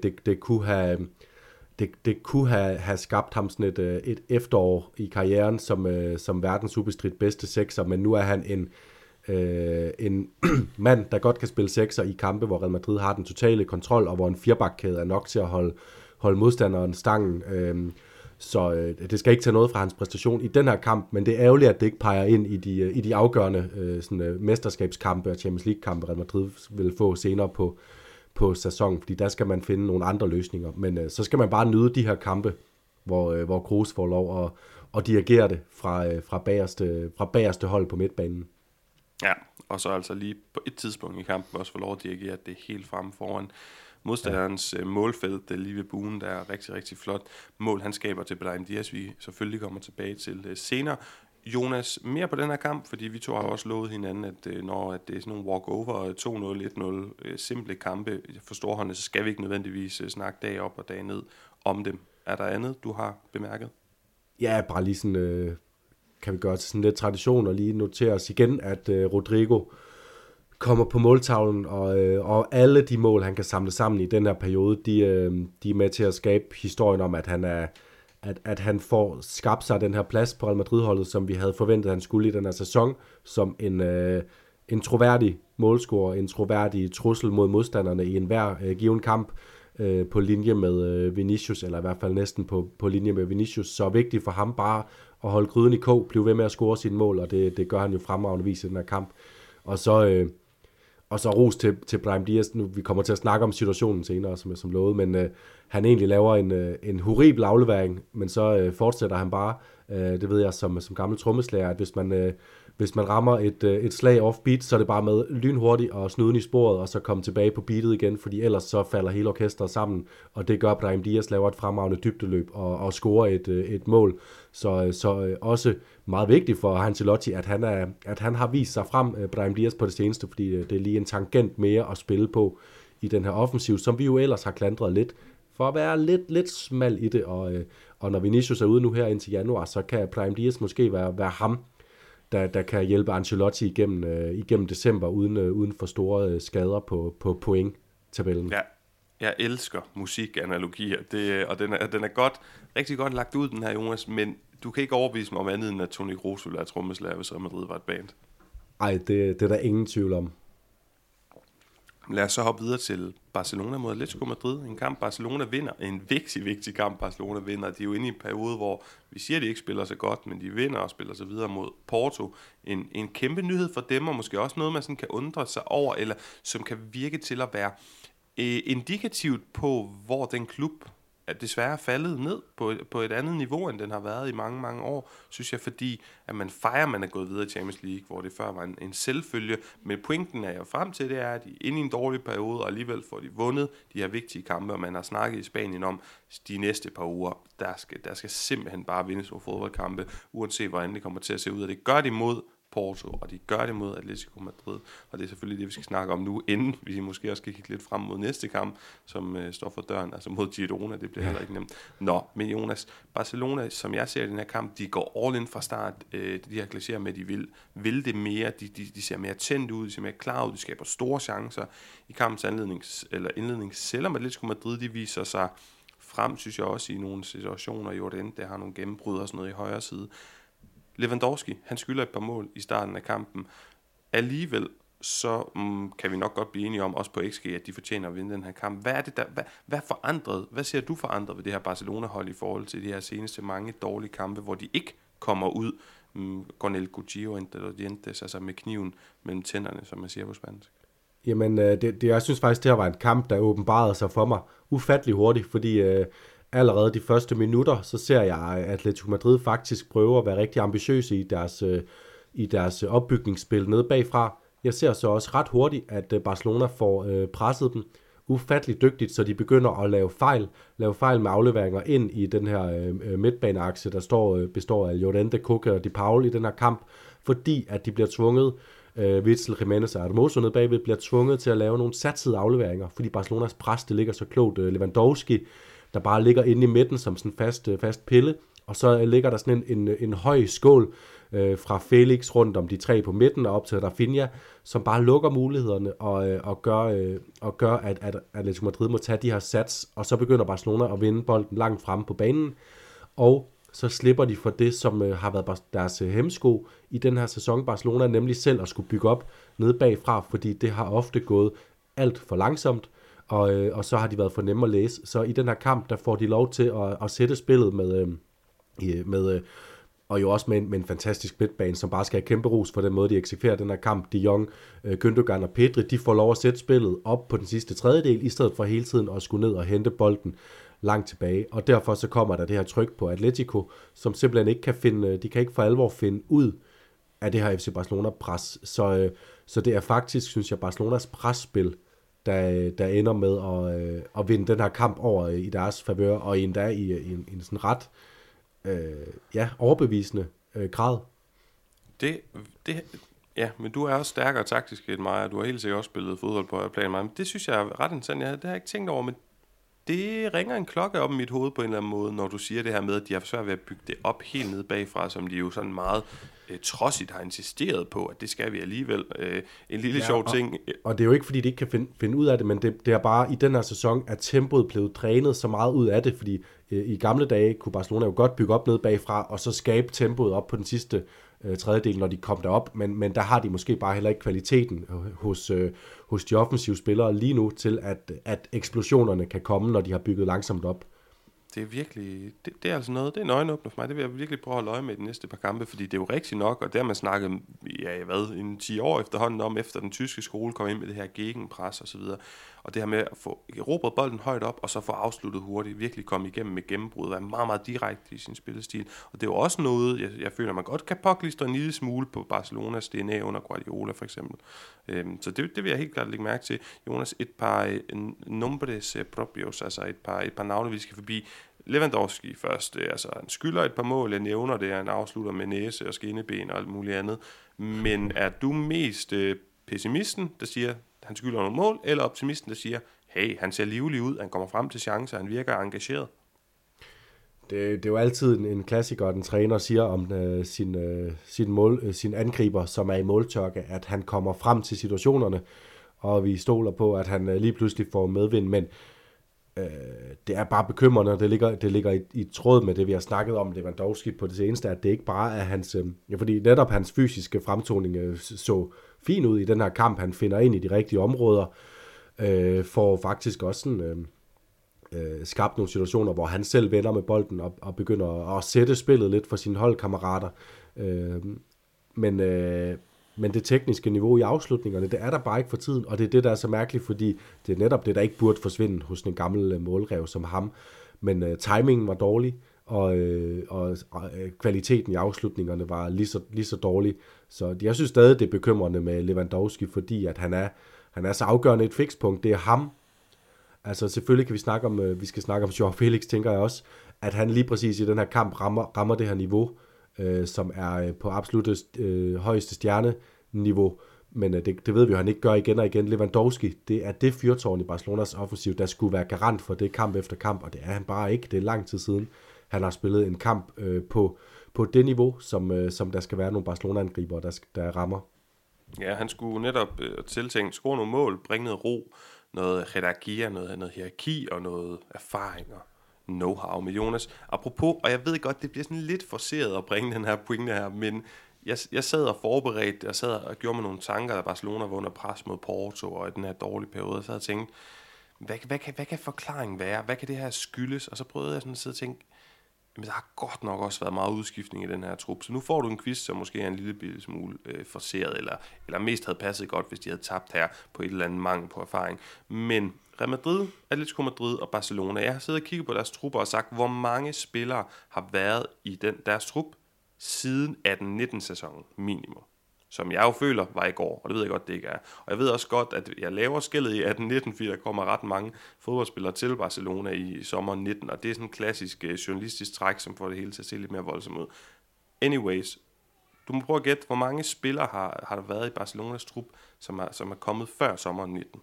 det kunne have skabt ham sådan et efterår i karrieren som verdens ubestridt bedste sekser, men nu er han en mand, der godt kan spille sekser i kampe, hvor Real Madrid har den totale kontrol, og hvor en firebakkæde er nok til at holde modstanderen stangen. Så det skal ikke tage noget fra hans præstation i den her kamp, men det er ærgerligt, at det ikke peger ind i de afgørende mesterskabskampe og Champions League-kampe, Real Madrid vil få senere på sæsonen, fordi der skal man finde nogle andre løsninger. Men så skal man bare nyde de her kampe, hvor Kroos får lov at dirigere det fra bagerste hold på midtbanen. Ja, og så altså lige på et tidspunkt i kampen også få lov at dirigere det helt frem foran modstanderens målfelt, lige ved buen, der er rigtig, rigtig flot mål, han skaber til Brahim Diaz, vi selvfølgelig kommer tilbage til senere. Jonas, mere på den her kamp, fordi vi to har også lovet hinanden, at når det er sådan nogle walk-over, 2-0, 1-0, simple kampe for storhåndet, så skal vi ikke nødvendigvis snakke dag op og dag ned om dem. Er der andet, du har bemærket? Ja, bare lige sådan, kan vi gøre til sådan lidt tradition, og lige notere os igen, at Rodrigo kommer på måltavlen, og alle de mål, han kan samle sammen i den her periode, de er med til at skabe historien om, at han får skabt sig den her plads på Real Madrid-holdet, som vi havde forventet, han skulle i den her sæson, som en troværdig målscorer, en troværdig trussel mod modstanderne i enhver given kamp. på linje med Vinicius, eller i hvert fald næsten på linje med Vinicius, så vigtigt for ham bare at holde gryden i kog, blive ved med at score sine mål, og det gør han jo fremragende vis i den her kamp. Og så ros til Brahim Diaz. Nu, vi kommer til at snakke om situationen senere, som lovet, men han egentlig laver en horribel aflevering, men så fortsætter han bare. Det ved jeg som gammel trommeslager, at hvis man rammer et slag off-beat, så er det bare med lynhurtigt og snuden i sporet, og så komme tilbage på beatet igen, fordi ellers så falder hele orkestret sammen, og det gør Brahim Diaz, laver et fremragende dybdeløb og scorer et mål. Så også meget vigtigt for Ancelotti, at han har vist sig frem, Brahim Diaz, på det seneste, fordi det er lige en tangent mere at spille på i den her offensiv, som vi jo ellers har klandret lidt, for at være lidt smal i det, og når Vinicius er ude nu her indtil januar, så kan Brahim Diaz måske være ham, der kan hjælpe Ancelotti igennem december, uden for store skader på point-tabellen. Ja, jeg elsker musikanalogier, og den er rigtig godt lagt ud, den her, Jonas, men du kan ikke overbevise mig om andet, end at Toni Kroos ville være trommeslager, hvis Real Madrid var et band. Ej, det er der ingen tvivl om. Lad os så hoppe videre til Barcelona mod Atletico Madrid. En kamp, Barcelona vinder. En vigtig kamp, Barcelona vinder. De er jo inde i en periode, hvor vi siger, at de ikke spiller så godt, men de vinder og spiller så videre mod Porto. En kæmpe nyhed for dem, og måske også noget, man sådan kan undre sig over, eller som kan virke til at være indikativt på, hvor den klub er desværre faldet ned på et andet niveau, end den har været i mange, mange år, synes jeg, fordi at man fejrer, man er gået videre i Champions League, hvor det før var en selvfølge. Men pointen er jo frem til, det er, at de er inde i en dårlig periode, og alligevel får de vundet de her vigtige kampe, og man har snakket i Spanien om de næste par uger, der skal simpelthen bare vindes over fodboldkampe, uanset hvordan det kommer til at se ud, og det gør de mod Porto, og de gør det mod Atletico Madrid, og det er selvfølgelig det, vi skal snakke om nu, inden vi måske også skal kigge lidt frem mod næste kamp, som står for døren, altså mod Girona, det bliver heller ikke nemt. Nå, men Jonas, Barcelona, som jeg ser i den her kamp, de går all in fra start, de her glacier med, de vil det mere, de ser mere tændt ud, de ser mere klar ud, de skaber store chancer i kampens indledning, selvom Atletico Madrid, de viser sig frem, synes jeg også i nogle situationer, Jordan, der har nogle gennembrud og sådan noget i højre side. Lewandowski, han skylder et par mål i starten af kampen. Alligevel så kan vi nok godt blive enige om, også på XG, at de fortjener at vinde den her kamp. Hvad er det hvad forandret? Hvad ser du forandret ved det her Barcelona-hold i forhold til de her seneste mange dårlige kampe, hvor de ikke kommer ud con el cuchillo entre los dientes, altså med kniven mellem tænderne, som man siger på spansk? Jamen, jeg synes faktisk, det her var en kamp, der åbenbarede sig for mig ufattelig hurtigt, fordi allerede de første minutter, så ser jeg, at Atletico Madrid faktisk prøver at være rigtig ambitiøse i deres opbygningsspil nede bagfra. Jeg ser så også ret hurtigt, at Barcelona får presset dem ufattelig dygtigt, så de begynder at lave fejl med afleveringer ind i den her midtbaneakse, der består af Llorente, Coque og De Paul i den her kamp, fordi at de bliver tvunget, Witsel, Jimenez og Hermoso nede bagved, bliver tvunget til at lave nogle satsede afleveringer, fordi Barcelonas pres, det ligger så klogt. Lewandowski, der bare ligger inde i midten som sådan fast pille, og så ligger der sådan en høj skål fra Felix rundt om de tre på midten og op til Rafinha, som bare lukker mulighederne og gør, at Atletico Madrid må tage de her sats, og så begynder Barcelona at vinde bolden langt fremme på banen, og så slipper de for det, som har været deres hemsko i den her sæson. Barcelona nemlig selv at skulle bygge op nede bagfra, fordi det har ofte gået alt for langsomt, og så har de været for nemme at læse. Så i den her kamp, der får de lov til at sætte spillet med og jo også med en fantastisk midtbane, som bare skal have kæmpe ros for den måde, de eksekverer den her kamp. De Jong, Gündogan og Pedri, de får lov at sætte spillet op på den sidste tredjedel, i stedet for hele tiden at skulle ned og hente bolden langt tilbage. Og derfor så kommer der det her tryk på Atletico, som simpelthen ikke kan de kan ikke for alvor finde ud af det her FC Barcelona-pres. Så det er faktisk, synes jeg, Barcelonas presspil, der ender med at vinde den her kamp over i deres favør, og endda i en sådan ret overbevisende grad. Ja, men du er også stærkere taktisk end mig, og du har helt sikkert også spillet fodbold på højere plan. Men det synes jeg er ret interessant. Det har jeg ikke tænkt over, men det ringer en klokke op i mit hoved på en eller anden måde, når du siger det her med, at de har svært ved at bygge det op helt nede bagfra, som de jo sådan meget trodsigt har insisteret på, at det skal vi alligevel. En lille sjov ting. Og det er jo ikke, fordi de ikke kan finde ud af det, men det er bare i den her sæson, at tempoet blevet drænet så meget ud af det, fordi i gamle dage kunne Barcelona jo godt bygge op ned bagfra, og så skabe tempoet op på den sidste tredjedel, når de kom derop, men der har de måske bare heller ikke kvaliteten hos de offensive spillere lige nu til, at eksplosionerne kan komme, når de har bygget langsomt op. Det er virkelig, det er altså noget, det er en øjenåbner for mig. Det vil jeg virkelig prøve at holde øje med de næste par kampe, fordi det er jo rigtigt nok, og der har man snakket, en 10 år efterhånden om, efter den tyske skole kom ind med det her gegenpres og så videre. Og det her med at få erobret bolden højt op, og så få afsluttet hurtigt, virkelig komme igennem med gennembrud, være meget, meget direkte i sin spillestil. Og det er jo også noget, jeg føler, man godt kan påklistre en lille smule på Barcelonas DNA under Guardiola for eksempel. Så det vil jeg helt klart lægge mærke til. Jonas, et par nombres propios, altså et par navne, vi skal forbi. Lewandowski først, altså han skylder et par mål, jeg nævner det, han afslutter med næse og skinneben og alt muligt andet. Men er du mest pessimisten, der siger, han skylder nogle mål, eller optimisten, der siger, hey, han ser livlig ud, han kommer frem til chancer, han virker engageret? Det er jo altid en klassiker, den træner siger om sin angriber, som er i måltørke, at han kommer frem til situationerne, og vi stoler på, at han lige pludselig får medvind, men det er bare bekymrende, det ligger i tråd med det, vi har snakket om Lewandowski på det seneste, at det ikke bare er hans, fordi netop hans fysiske fremtoning så fin ud i den her kamp, han finder ind i de rigtige områder, får faktisk også sådan, skabt nogle situationer, hvor han selv vender med bolden og begynder at sætte spillet lidt for sine holdkammerater, men det tekniske niveau i afslutningerne, det er der bare ikke for tiden, og det er det, der er så mærkeligt, fordi det er netop det, der ikke burde forsvinde hos en gammel målrev som ham. Men timingen var dårlig, og kvaliteten i afslutningerne var lige så dårlig. Så jeg synes stadig, det er bekymrende med Lewandowski, fordi at han er så afgørende et fikspunkt. Det er ham. Altså selvfølgelig kan vi skal snakke om Joao Felix, tænker jeg også, at han lige præcis i den her kamp rammer det her niveau, som er på absolut højeste stjerneniveau, men det ved vi jo, han ikke gør igen og igen. Lewandowski, det er det fyrtårn i Barcelonas offensiv, der skulle være garant for det kamp efter kamp, og det er han bare ikke. Det er lang tid siden, han har spillet en kamp på det niveau, som der skal være nogle Barcelona-angriber, der rammer. Ja, han skulle netop tiltænke, score nogle mål, bringe noget ro, noget hierarki, noget hierarki og noget erfaring og know-how med Jonas. Apropos, og jeg ved godt, det bliver sådan lidt forceret at bringe den her pointe her, men jeg sad og forberedte, jeg sad og gjorde mig nogle tanker, da Barcelona var under pres mod Porto og i den her dårlige periode. Jeg sad og tænkte, hvad kan forklaringen være? Hvad kan det her skyldes? Og så prøvede jeg sådan at sidde og tænke, men der har godt nok også været meget udskiftning i den her trup. Så nu får du en quiz, som måske er en lille smule forceret, eller mest havde passet godt, hvis de havde tabt her på et eller andet mangel på erfaring. Men Real Madrid, Atletico Madrid og Barcelona, jeg har siddet og kigget på deres trupper og sagt, hvor mange spillere har været i deres trup siden 18-19 sæsonen minimum. Som jeg jo føler var i går, og det ved jeg godt, det ikke er. Og jeg ved også godt, at jeg laver skældet i 18-19, fordi der kommer ret mange fodboldspillere til Barcelona i sommeren 19, og det er sådan en klassisk journalistisk træk, som får det hele til at se lidt mere voldsomt ud. Anyways, du må prøve at gætte, hvor mange spillere har der været i Barcelonas trup, som er kommet før sommeren 19?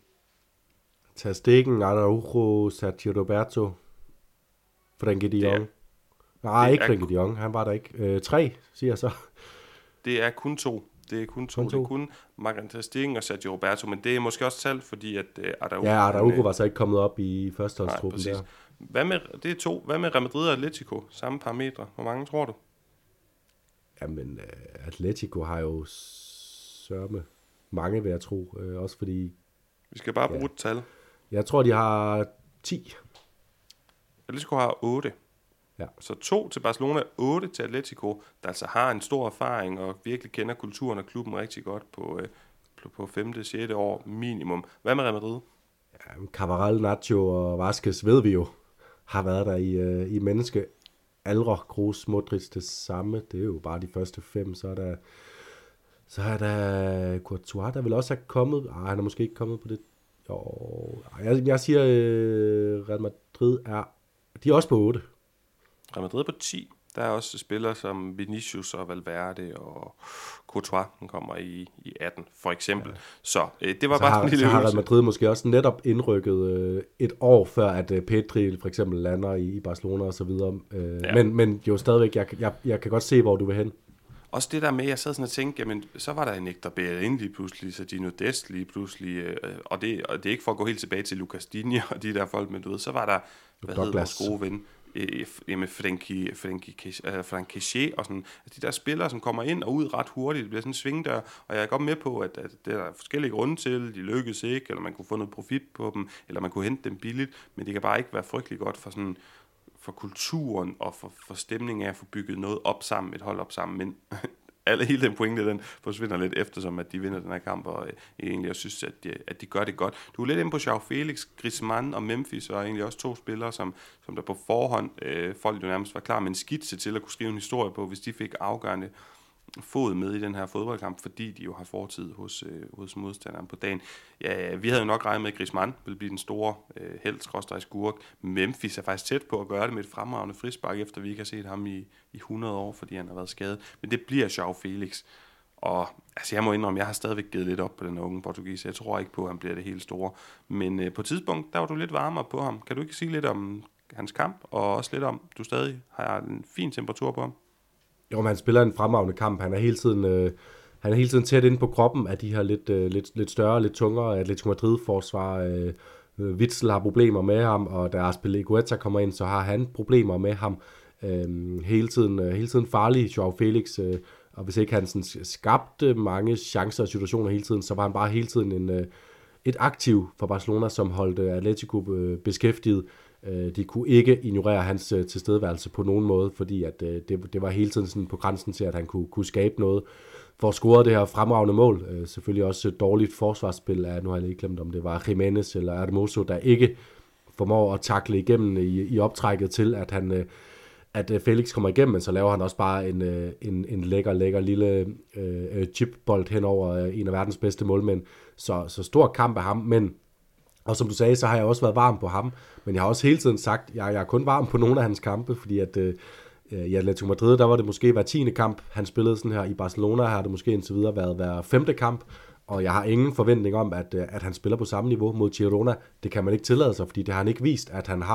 Ter Stegen, Araujo, Sergio Roberto, Frenkie de Jong. Nej, ikke Frenkie de Jong, han var der ikke. 3, siger jeg så. Det er kun 2. Det er kun 2. Det er kun Marc Ter Stegen og Sergio Roberto, men det er måske også talt, fordi at Araujo... Ja, Araujo var så ikke kommet op i førsteholdstruppen der. Det er 2. Hvad med Real Madrid og Atletico? Samme parametre. Hvor mange tror du? Jamen, Atletico har jo sørme mange, vil jeg tro. Også fordi... Vi skal bare bruge et tal. Jeg tror, de har 10. Atletico har 8. Ja. Så 2 til Barcelona, 8 til Atletico, der altså har en stor erfaring og virkelig kender kulturen og klubben rigtig godt på 5. 6. år minimum. Hvad med Real Madrid? Ja, Cabral, Nacho og Vázquez ved vi jo har været der i menneske. Alder, Kroos, Modric det samme. Det er jo bare de første 5. Så er der Courtois, der vil også have kommet. Han er måske ikke kommet på det. Jo, jeg siger Real Madrid de er også på 8. Real Madrid på 10. Der er også spillere som Vinicius og Valverde og Courtois, den kommer i 18 for eksempel. Ja. Så det var bare en lille øvelse. Så har Real Madrid måske også netop indrykket et år før, at Pedri for eksempel lander i Barcelona og så videre. Ja. Men jo stadigvæk, jeg kan godt se, hvor du vil hen. Også det der med, jeg sad sådan og tænkte, jamen, så var der en Hector Bellerin lige pludselig, så Dino Dest lige pludselig, og det er ikke for at gå helt tilbage til Lucas Digne og de der folk, men du ved, så var der, Douglas. Vores gode ven, med Frank Kessié og sådan, altså de der spillere, som kommer ind og ud ret hurtigt, det bliver sådan en svingdør, og jeg er godt med på, at det er der forskellige grunde til, de lykkes ikke, eller man kunne få noget profit på dem, eller man kunne hente dem billigt, men det kan bare ikke være frygtelig godt for kulturen og for stemningen af at få bygget noget op sammen, et hold op sammen, men hele den pointe, den forsvinder lidt eftersom, at de vinder den her kamp, og egentlig jeg synes, at de gør det godt. Du er lidt inde på Joao Felix, Griezmann og Memphis, og egentlig også 2 spillere, som der på forhånd, folk jo nærmest var klar med en skitse til at kunne skrive en historie på, hvis de fik afgørende fod med i den her fodboldkamp, fordi de jo har fortid hos modstanderen på dagen. Ja, vi havde jo nok regnet med, at Griezmann ville blive den store helt-skurk. Memphis er faktisk tæt på at gøre det med et fremragende frispark, efter vi ikke har set ham i 100 år, fordi han har været skadet. Men det bliver Joao Felix. Og altså, jeg må indrømme, jeg har stadigvæk givet lidt op på den unge portugis. Jeg tror ikke på, at han bliver det helt store. Men på et tidspunkt, der var du lidt varmere på ham. Kan du ikke sige lidt om hans kamp, og også lidt om, du stadig har en fin temperatur på ham? Jo, men han spiller en fremragende kamp. Han er hele tiden tæt inde på kroppen af de her lidt større, lidt tungere Atletico Madrid-forsvar. Witsel har problemer med ham, og da Azpilicueta kommer ind, så har han problemer med ham. Hele tiden farlig, Joao Felix. Og hvis ikke han sådan skabte mange chancer og situationer hele tiden, så var han bare hele tiden et aktiv for Barcelona, som holdt Atletico beskæftiget. De kunne ikke ignorere hans tilstedeværelse på nogen måde, fordi at det var hele tiden sådan på grænsen til, at han kunne skabe noget. For at score det her fremragende mål, selvfølgelig også et dårligt forsvarsspil af, nu har jeg ikke glemt, om det var Jimenez eller Hermoso, der ikke formår at takle igennem i optrækket til, at Felix kommer igennem, men så laver han også bare en lækker lille chipbold hen over en af verdens bedste målmænd. Så stor kamp af ham, men og som du sagde, så har jeg også været varm på ham, men jeg har også hele tiden sagt, jeg er kun varm på nogle af hans kampe, fordi at i Atletico Madrid, der var det måske hver 10. kamp, han spillede sådan her. I Barcelona har det måske indtil videre været hver 5. kamp, og jeg har ingen forventning om, at han spiller på samme niveau mod Girona. Det kan man ikke tillade sig, fordi det har han ikke vist,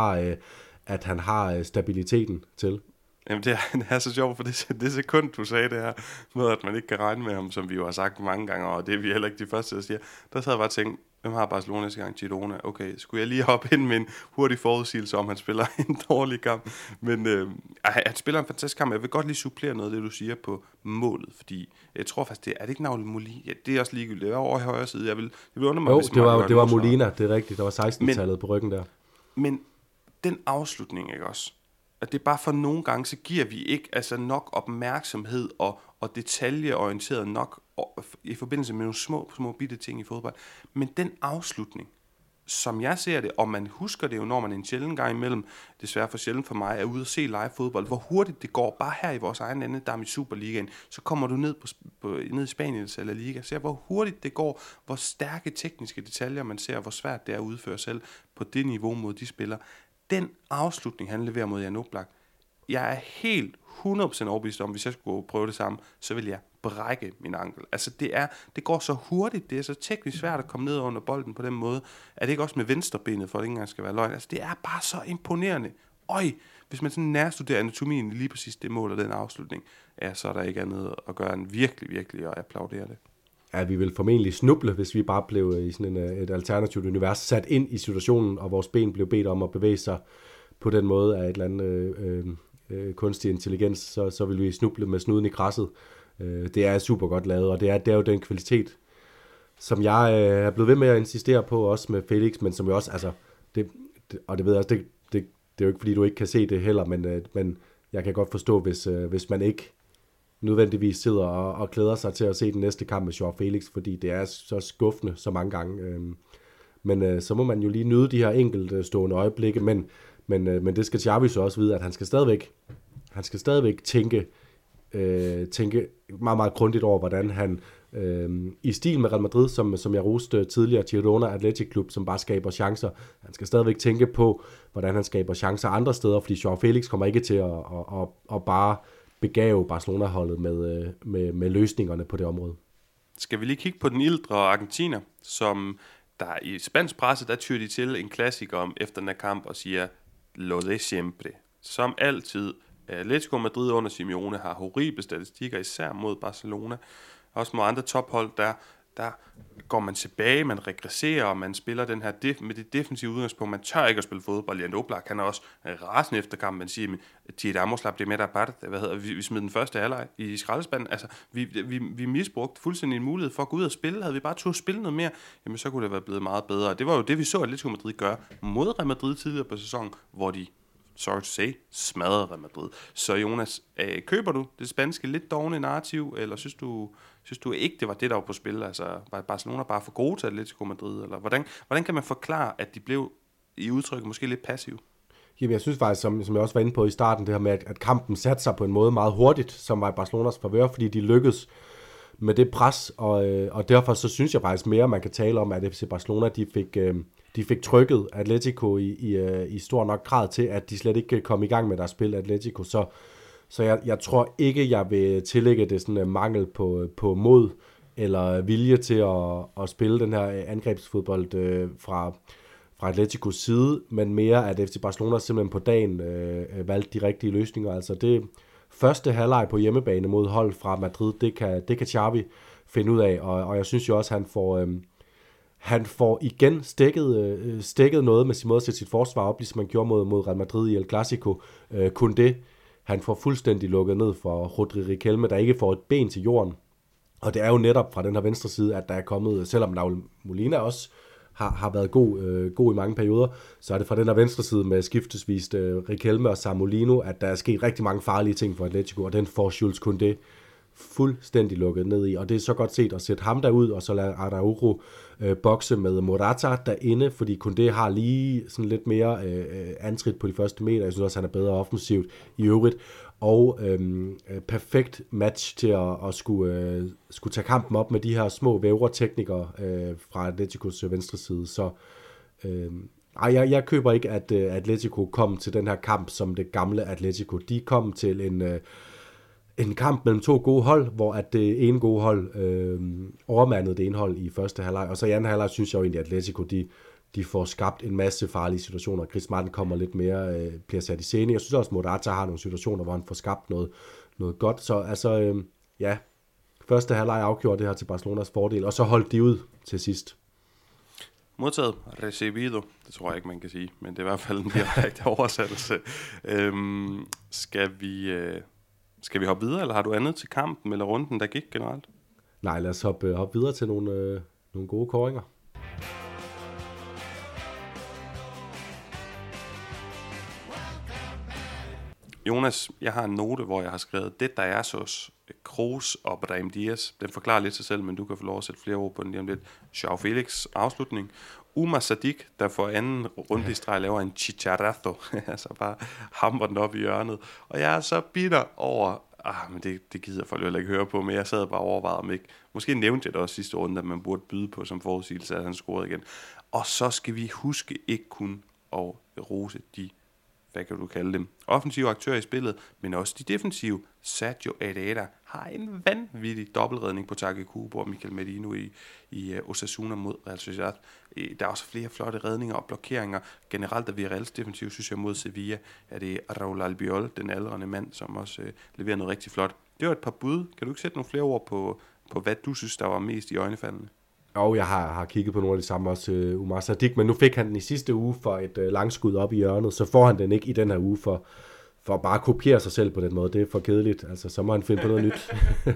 at han har stabiliteten til. Jamen det er så sjovt, for det sekund, du sagde det her, med at man ikke kan regne med ham, som vi jo har sagt mange gange, og det er vi heller ikke de første, der siger, der sad jeg bare og tænkte, hvem har Barcelona næste gang? Girona. Okay, skulle jeg lige hoppe ind med en hurtig forudsigelse om, han spiller en dårlig kamp. Men han spiller en fantastisk kamp. Jeg vil godt lige supplere noget af det, du siger på målet, fordi jeg tror faktisk, det er det ikke Nahuel Molina? Ja, det er også ligegyldigt. Det er over i højre side. Jeg vil undre mig, jo, det var Molina, det er rigtigt. Der var 16-tallet på ryggen der. Men den afslutning, ikke også? At det er bare for nogle gange, så giver vi ikke altså nok opmærksomhed og detaljeorienteret nok i forbindelse med nogle små bitte ting i fodbold. Men den afslutning, som jeg ser det, og man husker det jo, når man en sjælden gang imellem, desværre for sjældent for mig, er ude og se live fodbold, hvor hurtigt det går, bare her i vores egen ende, der er i Superligaen, så kommer du ned ned i Spanien eller Liga, ser hvor hurtigt det går, hvor stærke tekniske detaljer man ser, hvor svært det er at udføre selv på det niveau mod de spillere. Den afslutning, han leverer mod Jan Oblak, jeg er helt 100% overbevist om, hvis jeg skulle prøve det samme, så vil jeg brække min ankel. Altså det går så hurtigt, det er så teknisk svært at komme ned under bolden på den måde, at det ikke også med venstrebenet, for det ikke engang skal være løgn. Altså det er bare så imponerende. Hvis man sådan nærstuderer anatomien lige præcis det mål og den afslutning, ja, så er der ikke andet at gøre end virkelig at applaudere det. Ja, vi vil formentlig snuble, hvis vi bare blev i sådan et alternativt univers sat ind i situationen, og vores ben blev bedt om at bevæge sig på den måde af et eller andet kunstig intelligens, så vil vi snuble med snuden i græsset. Det er super godt lavet, og det er jo den kvalitet, som jeg er blevet ved med at insistere på, også med Felix, men som jo også, altså, det ved jeg også, det er jo ikke fordi, du ikke kan se det heller, men jeg kan godt forstå, hvis man ikke nødvendigvis sidder og glæder sig til at se den næste kamp med Joao Felix, fordi det er så skuffende så mange gange. Men så må man jo lige nyde de her enkeltstående øjeblikke, men det skal Xavi så også vide, at han skal stadigvæk tænke meget, meget grundigt over, hvordan han i stil med Real Madrid, som jeg roste tidligere, Girona Athletic Club, som bare skaber chancer. Han skal stadigvæk tænke på, hvordan han skaber chancer andre steder, fordi Joao Felix kommer ikke til at bare begave Barcelona-holdet med løsningerne på det område. Skal vi lige kigge på den ældre argentiner, som der i spansk presse, der tyrer de til en klassiker om efter den her kamp og siger, lo de siempre. Som altid, Atletico Madrid under Simeone har horrible statistikker, især mod Barcelona, også mod andre tophold, der går man tilbage, man regresserer, og man spiller den her med det defensive udgangspunkt. Man tør ikke at spille fodbold. Jan Oblak, han er også rasende efter kampen. Man siger, at Amoslap, det er med der part. Vi smed den første halvleg i skraldespanden. Altså, vi misbrugte fuldstændig en mulighed for at gå ud og spille. Havde vi bare turde spille noget mere, jamen så kunne det være blevet meget bedre. Det var jo det, vi så Atletico Madrid gøre mod Real Madrid tidligere på sæsonen, hvor de, sorry to say, smadrede Real Madrid. Så Jonas, køber du det spanske lidt dovne narrativ, eller synes du ikke, det var det, der var på spil? Altså, var Barcelona bare for gode til Atletico Madrid? Eller hvordan kan man forklare, at de blev i udtrykket måske lidt passive? Jamen, jeg synes faktisk, som jeg også var inde på i starten, det her med, at kampen satte sig på en måde meget hurtigt, som var i Barcelonas favør, fordi de lykkedes med det pres, og derfor så synes jeg faktisk mere, man kan tale om, at FC Barcelona, de fik trykket Atletico i stor nok grad til, at de slet ikke kom i gang med deres spil, Atletico. Så jeg tror ikke, jeg vil tillægge det sådan en mangel på mod eller vilje til at spille den her angrebsfodbold fra Atleticos side, men mere at FC Barcelona simpelthen på dagen valgte de rigtige løsninger. Altså det første halvleg på hjemmebane mod hold fra Madrid, det kan Xavi finde ud af, og jeg synes jo også, han får igen stikket noget med sin måde at sætte sit forsvar op, ligesom man gjorde mod Real Madrid i El Clasico. Kun det. Han får fuldstændig lukket ned for Rodri Riquelme, der ikke får et ben til jorden. Og det er jo netop fra den her venstre side, at der er kommet, selvom Raul Molina også har været god i mange perioder, så er det fra den her venstre side med skiftesvist Riquelme og Samolino, at der er sket rigtig mange farlige ting for Atletico, og den får Jules Koundé fuldstændig lukket ned i, og det er så godt set at sætte ham derud, og så lade Araujo bokse med Morata derinde, fordi Koundé har lige sådan lidt mere antrit på de første meter. Jeg synes også, han er bedre offensivt i øvrigt, og perfekt match til at skulle tage kampen op med de her små vævre-teknikere fra Atleticos venstre side. Så jeg køber ikke, at Atletico kom til den her kamp som det gamle Atletico. De kom til en kamp mellem to gode hold, hvor at det ene gode hold overmandede det ene hold i første halvleg, og så i anden halvleg synes jeg jo egentlig, at Atletico, de får skabt en masse farlige situationer. Chris Martin kommer lidt mere, bliver sat i scene. Jeg synes også, at Morata har nogle situationer, hvor han får skabt noget godt. Så altså, første halvleg afgjorde det her til Barcelonas fordel, og så holdt de ud til sidst. Modtaget, recibido, det tror jeg ikke, man kan sige, men det er i hvert fald en direkte oversættelse. Skal vi hoppe videre, eller har du andet til kampen eller runden, der gik generelt? Nej, lad os hoppe videre til nogle gode kåringer. Jonas, jeg har en note, hvor jeg har skrevet det, der er sås, Kroos og Brahim Diaz. Den forklarer lidt sig selv, men du kan få lov at sætte flere ord på den lige om lidt. Joao Felix afslutning. Umar Sadiq, der for anden runde i streg laver en chicharrazo, altså bare hamrer den op i hjørnet. Og jeg er så bitter over, men det gider folk jo heller ikke høre på, men jeg sad bare og overvejede om ikke. Måske nævnte jeg det også sidste runde, at man burde byde på som forudsigelse, at han scorede igen. Og så skal vi huske ikke kun at rose de, hvad kan du kalde dem, offensive aktører i spillet, men også de defensive. Sergio Herrera har en vanvittig dobbeltredning på Taki Kubo og Mikel Merino i Osasuna mod Real Sociedad. Der er også flere flotte redninger og blokeringer. Generelt er Villarreals defensiv, synes jeg, mod Sevilla, er det Raúl Albiol, den aldrende mand, som også leverer noget rigtig flot. Det var et par bud. Kan du ikke sætte nogle flere ord på hvad du synes, der var mest i øjnefaldende? Og jeg har kigget på nogle af de samme også, Umar Sadiq, men nu fik han den i sidste uge for et langskud op i hjørnet, så får han den ikke i den her uge for bare at kopiere sig selv på den måde. Det er for kedeligt, altså så må han finde på noget nyt.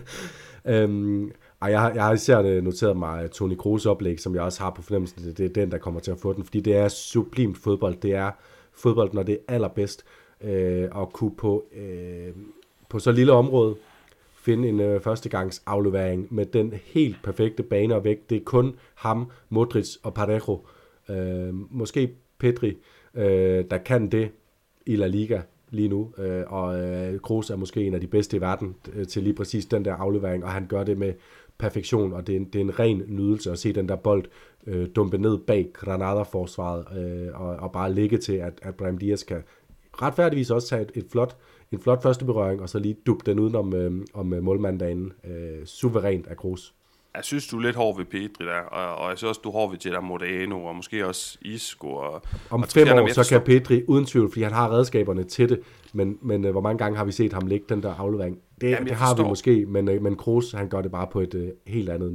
Jeg har især noteret mig Toni Kroos oplæg, som jeg også har på fornemmelsen, det er den, der kommer til at få den, fordi det er sublimt fodbold. Det er fodbold, når det er allerbedst, at kunne på så lille område finde en førstegangs aflevering med den helt perfekte bane og væk. Det er kun ham, Modric og Parejo, måske Pedri, der kan det i La Liga lige nu, og Kroos er måske en af de bedste i verden til lige præcis den der aflevering, og han gør det med perfektion, og det er en ren nydelse at se den der bold dumpe ned bag Granada-forsvaret, og bare ligge til, at Brahim Diaz kan retfærdigvis også tage en flot første berøring, og så lige dubbe den udenom om målmanden derinde. Suverænt af Kroos. Jeg synes, du er lidt hård ved Pedri der, og jeg synes også, du er hård ved Jedi Moreno, og måske også Isco. Om 5 år, så kan Pedri uden tvivl, fordi han har redskaberne til det, men hvor mange gange har vi set ham lægge den der aflevering? Det har vi måske, men Kroos, han gør det bare på et helt andet niveau.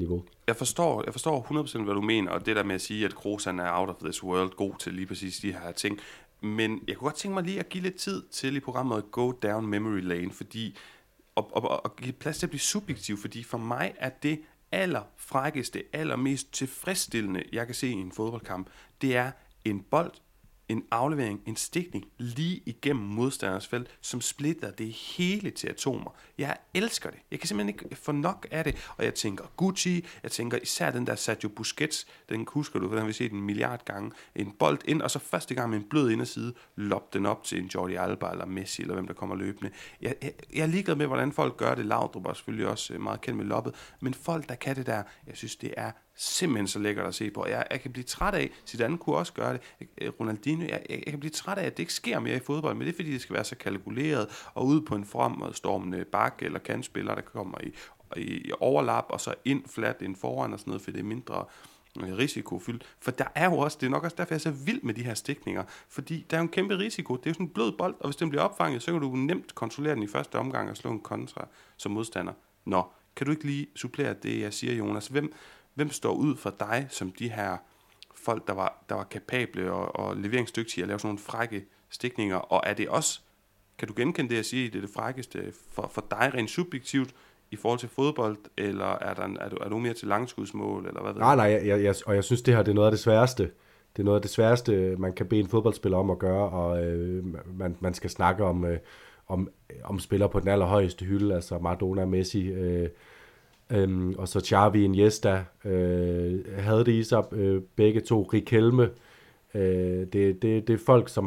Jeg forstår 100% hvad du mener, og det der med at sige, at Kroos er out of this world, god til lige præcis de her ting. Men jeg kunne godt tænke mig lige at give lidt tid til i programmet at go down memory lane, fordi og give plads til at blive subjektiv, fordi for mig er det allerfrækkeste, allermest tilfredsstillende, jeg kan se i en fodboldkamp, det er en bold, en aflevering, en stikning lige igennem modstanders felt, som splitter det hele til atomer. Jeg elsker det. Jeg kan simpelthen ikke få nok af det. Og jeg tænker Gucci, jeg tænker især den der Sergio Busquets, den husker du, for den har vi set en milliard gange. En bold ind, og så første gang med en blød inderside, lop den op til en Jordi Alba eller Messi, eller hvem der kommer løbende. Jeg er ligeglad med, hvordan folk gør det. Laudrup er selvfølgelig også meget kendt med loppet, men folk, der kan det der, jeg synes, det er simpelthen så lækkert at se på. Jeg kan blive træt af, Zidane kunne også gøre det, Ronaldinho, jeg kan blive træt af, at det ikke sker mere i fodbold, men det er fordi, det skal være så kalkuleret, og ude på en fremstormende bakke eller kantspiller, der kommer i overlap, og så ind flat ind foran og sådan noget, for det er mindre risikofyldt. For der er jo også, det er nok også derfor, jeg er så vild med de her stikninger, fordi der er jo en kæmpe risiko. Det er jo sådan en blød bold, og hvis den bliver opfanget, så kan du nemt kontrollere den i første omgang og slå en kontra som modstander. Nå, kan du ikke lige supplere det, jeg siger, Jonas? Hvem står ud for dig som de her folk, der var kapable og leveringsdygtige at lave sådan nogle frække stikninger? Og er det også, kan du genkende det at sige, det er det frækkeste for dig rent subjektivt i forhold til fodbold, eller er du mere til langskudsmål, eller hvad ved du? Nej, og jeg synes, det her det er noget af det sværeste. Det er noget af det sværeste, man kan bede en fodboldspiller om at gøre, og man skal snakke om spillere på den allerhøjeste hylde, altså Maradona, Messi, og så Xavi, Iniesta havde det i sig, begge to, Riquelme. Det er folk, som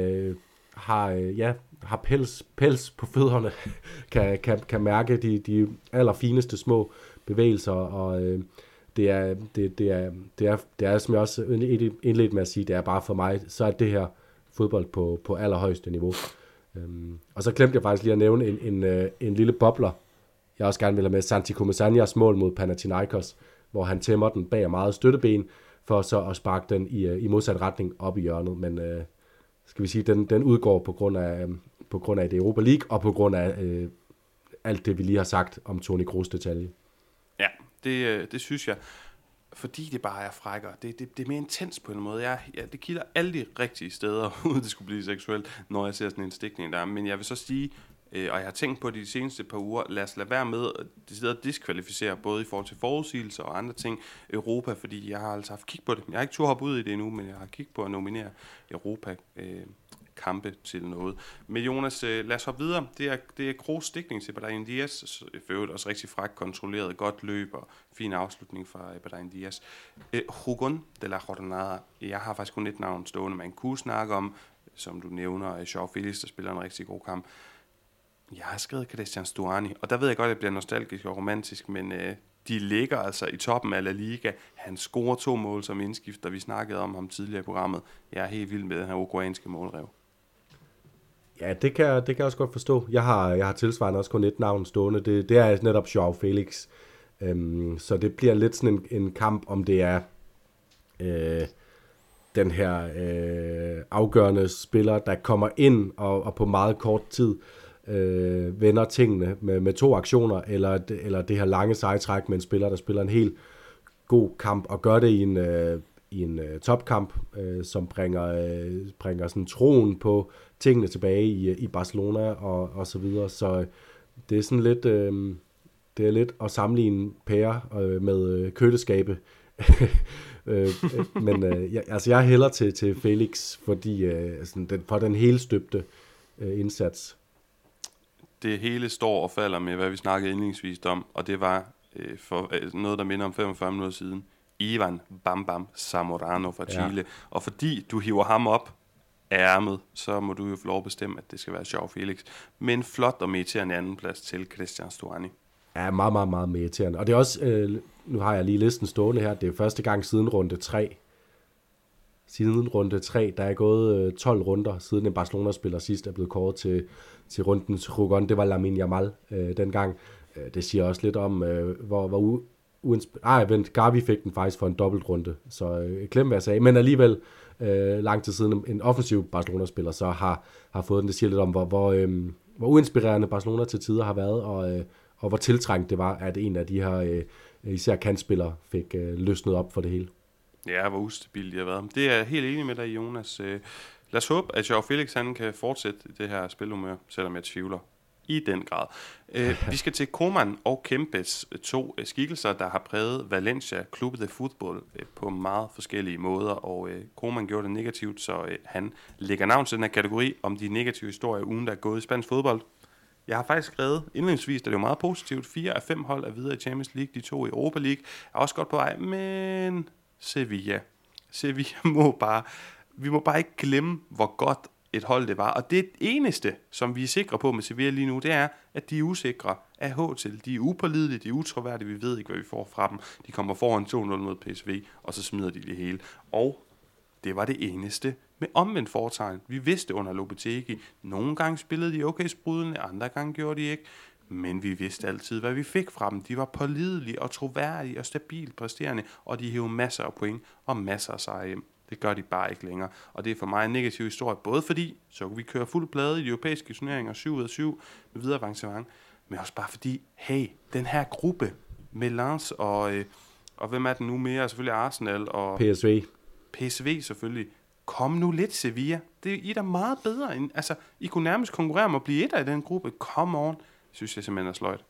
har pels på fødderne, kan mærke de allerfineste små bevægelser, og det er, som jeg også indledte med at sige, det er bare for mig, så er det her fodbold på allerhøjeste niveau. Og så glemte jeg faktisk lige at nævne en lille bobler, jeg også gerne vil have med, Santi Comesañas mål mod Panathinaikos, hvor han tæmmer den bag meget støtteben, for så at sparke den i modsat retning op i hjørnet. Men skal vi sige, den udgår på grund af det Europa League, og på grund af alt det, vi lige har sagt om Toni Kroos detalje. Ja, det synes jeg, fordi det bare er frækkere. Det er mere intens på en måde. Det kilder alle de rigtige steder, uden det skulle blive seksuelt, når jeg ser sådan en stikning der. Men jeg vil så sige, og jeg har tænkt på de seneste par uger, lad os lade være med at diskvalificere, både i forhold til forudsigelser og andre ting, Europa, fordi jeg har altså haft kig på det. Jeg har ikke tur hoppe ud i det endnu, men jeg har kig på at nominere Europa kampe til noget. Men Jonas, lad os hoppe videre. Det er Kroos stikning til Brahim Diaz, for øvrigt også rigtig frækt kontrolleret, godt løb og fin afslutning fra Brahim Diaz. Hugon de la Jornada, jeg har faktisk kun et navn stående, man kunne snakke om, som du nævner, João Felix, der spiller en rigtig god kamp. Jeg har skrevet Christian Stuani, og der ved jeg godt, at jeg bliver nostalgisk og romantisk, men de ligger altså i toppen af La Liga. Han scorer 2 mål som indskifter. Vi snakkede om ham tidligere i programmet. Jeg er helt vild med den her uruguayanske målrev. Ja, det kan jeg også godt forstå. Jeg har tilsvarende også kun et navn stående. Det er netop João Felix. Så det bliver lidt sådan en kamp, om det er den her afgørende spiller, der kommer ind og på meget kort tid vender tingene med 2 aktioner, eller det her lange sejtræk med en spiller, der spiller en helt god kamp, og gør det i en topkamp, som bringer sådan troen på tingene tilbage i Barcelona og så videre. Så det er sådan lidt, det er lidt at sammenligne pærer med køleskabe. Men jeg hælder til Felix, fordi for den hele støbte indsats. Det hele står og falder med, hvad vi snakkede indledningsvis om, og det var noget, der minder om 45 minutter siden. Ivan Bam Bam Zamorano fra Chile. Ja. Og fordi du hiver ham op af ærmet, så må du jo få lov at bestemme, at det skal være João Felix. Men flot og meriterende andenplads til Christian Stuani. Ja, meget, meget, meget meriterende. Og det er også, nu har jeg lige listen stående her, det er første gang siden runde 3. Der er gået 12 runder, siden en Barcelona-spiller sidst er blevet kåret til rundens Hugon. Det var Lamine Yamal dengang. Det siger også lidt om, hvor Gavi fik den faktisk for en dobbeltrunde, så glem hvad jeg sagde. Men alligevel, lang tid siden en offensiv Barcelona-spiller så har fået den. Det siger lidt om, hvor uinspirerende Barcelona til tider har været, og hvor tiltrængt det var, at en af de her især kantspillere fik løsnet op for det hele. Ja, hvor ustabilt de har været. Det er jeg helt enig med dig, Jonas. Lad os håbe, at Joao Felix han kan fortsætte det her spilhumør, selvom jeg tvivler i den grad. Vi skal til Koeman og Kempes, 2 skikkelser, der har præget Valencia Club de Fútbol på meget forskellige måder, og Koeman gjorde det negativt, så han lægger navn til den her kategori om de negative historier ugen, der er gået i spansk fodbold. Jeg har faktisk skrevet indledningsvis, at det er jo meget positivt. 4 af 5 hold er videre i Champions League, de 2 i Europa League er også godt på vej, men Sevilla vi må bare ikke glemme, hvor godt et hold det var. Og det eneste, som vi er sikre på med Sevilla lige nu, det er, at de er usikre af H til. De er upålidelige, de er utroværdige, vi ved ikke, hvad vi får fra dem. De kommer foran 2-0 mod PSV, og så smider de det hele. Og det var det eneste med omvendt foretegn. Vi vidste under Lopetegui, nogle gange spillede de okay sprudlende, andre gange gjorde de ikke. Men vi vidste altid, hvad vi fik fra dem. De var pålidelige og troværdige og stabilt præsterende, og de hævde masser af point og masser af sejre hjem. Det gør de bare ikke længere. Og det er for mig en negativ historie, både fordi, så kan vi køre fuld plade i de europæiske turneringer, 7 ud af 7 med videre avancement, men også bare fordi, hey, den her gruppe med Lens og hvem er den nu mere? Selvfølgelig Arsenal og PSV selvfølgelig. Kom nu lidt, Sevilla. Det er I da meget bedre end, altså, I kunne nærmest konkurrere om at blive et af den gruppe. Come on. Synes jeg simpelthen er sløjt.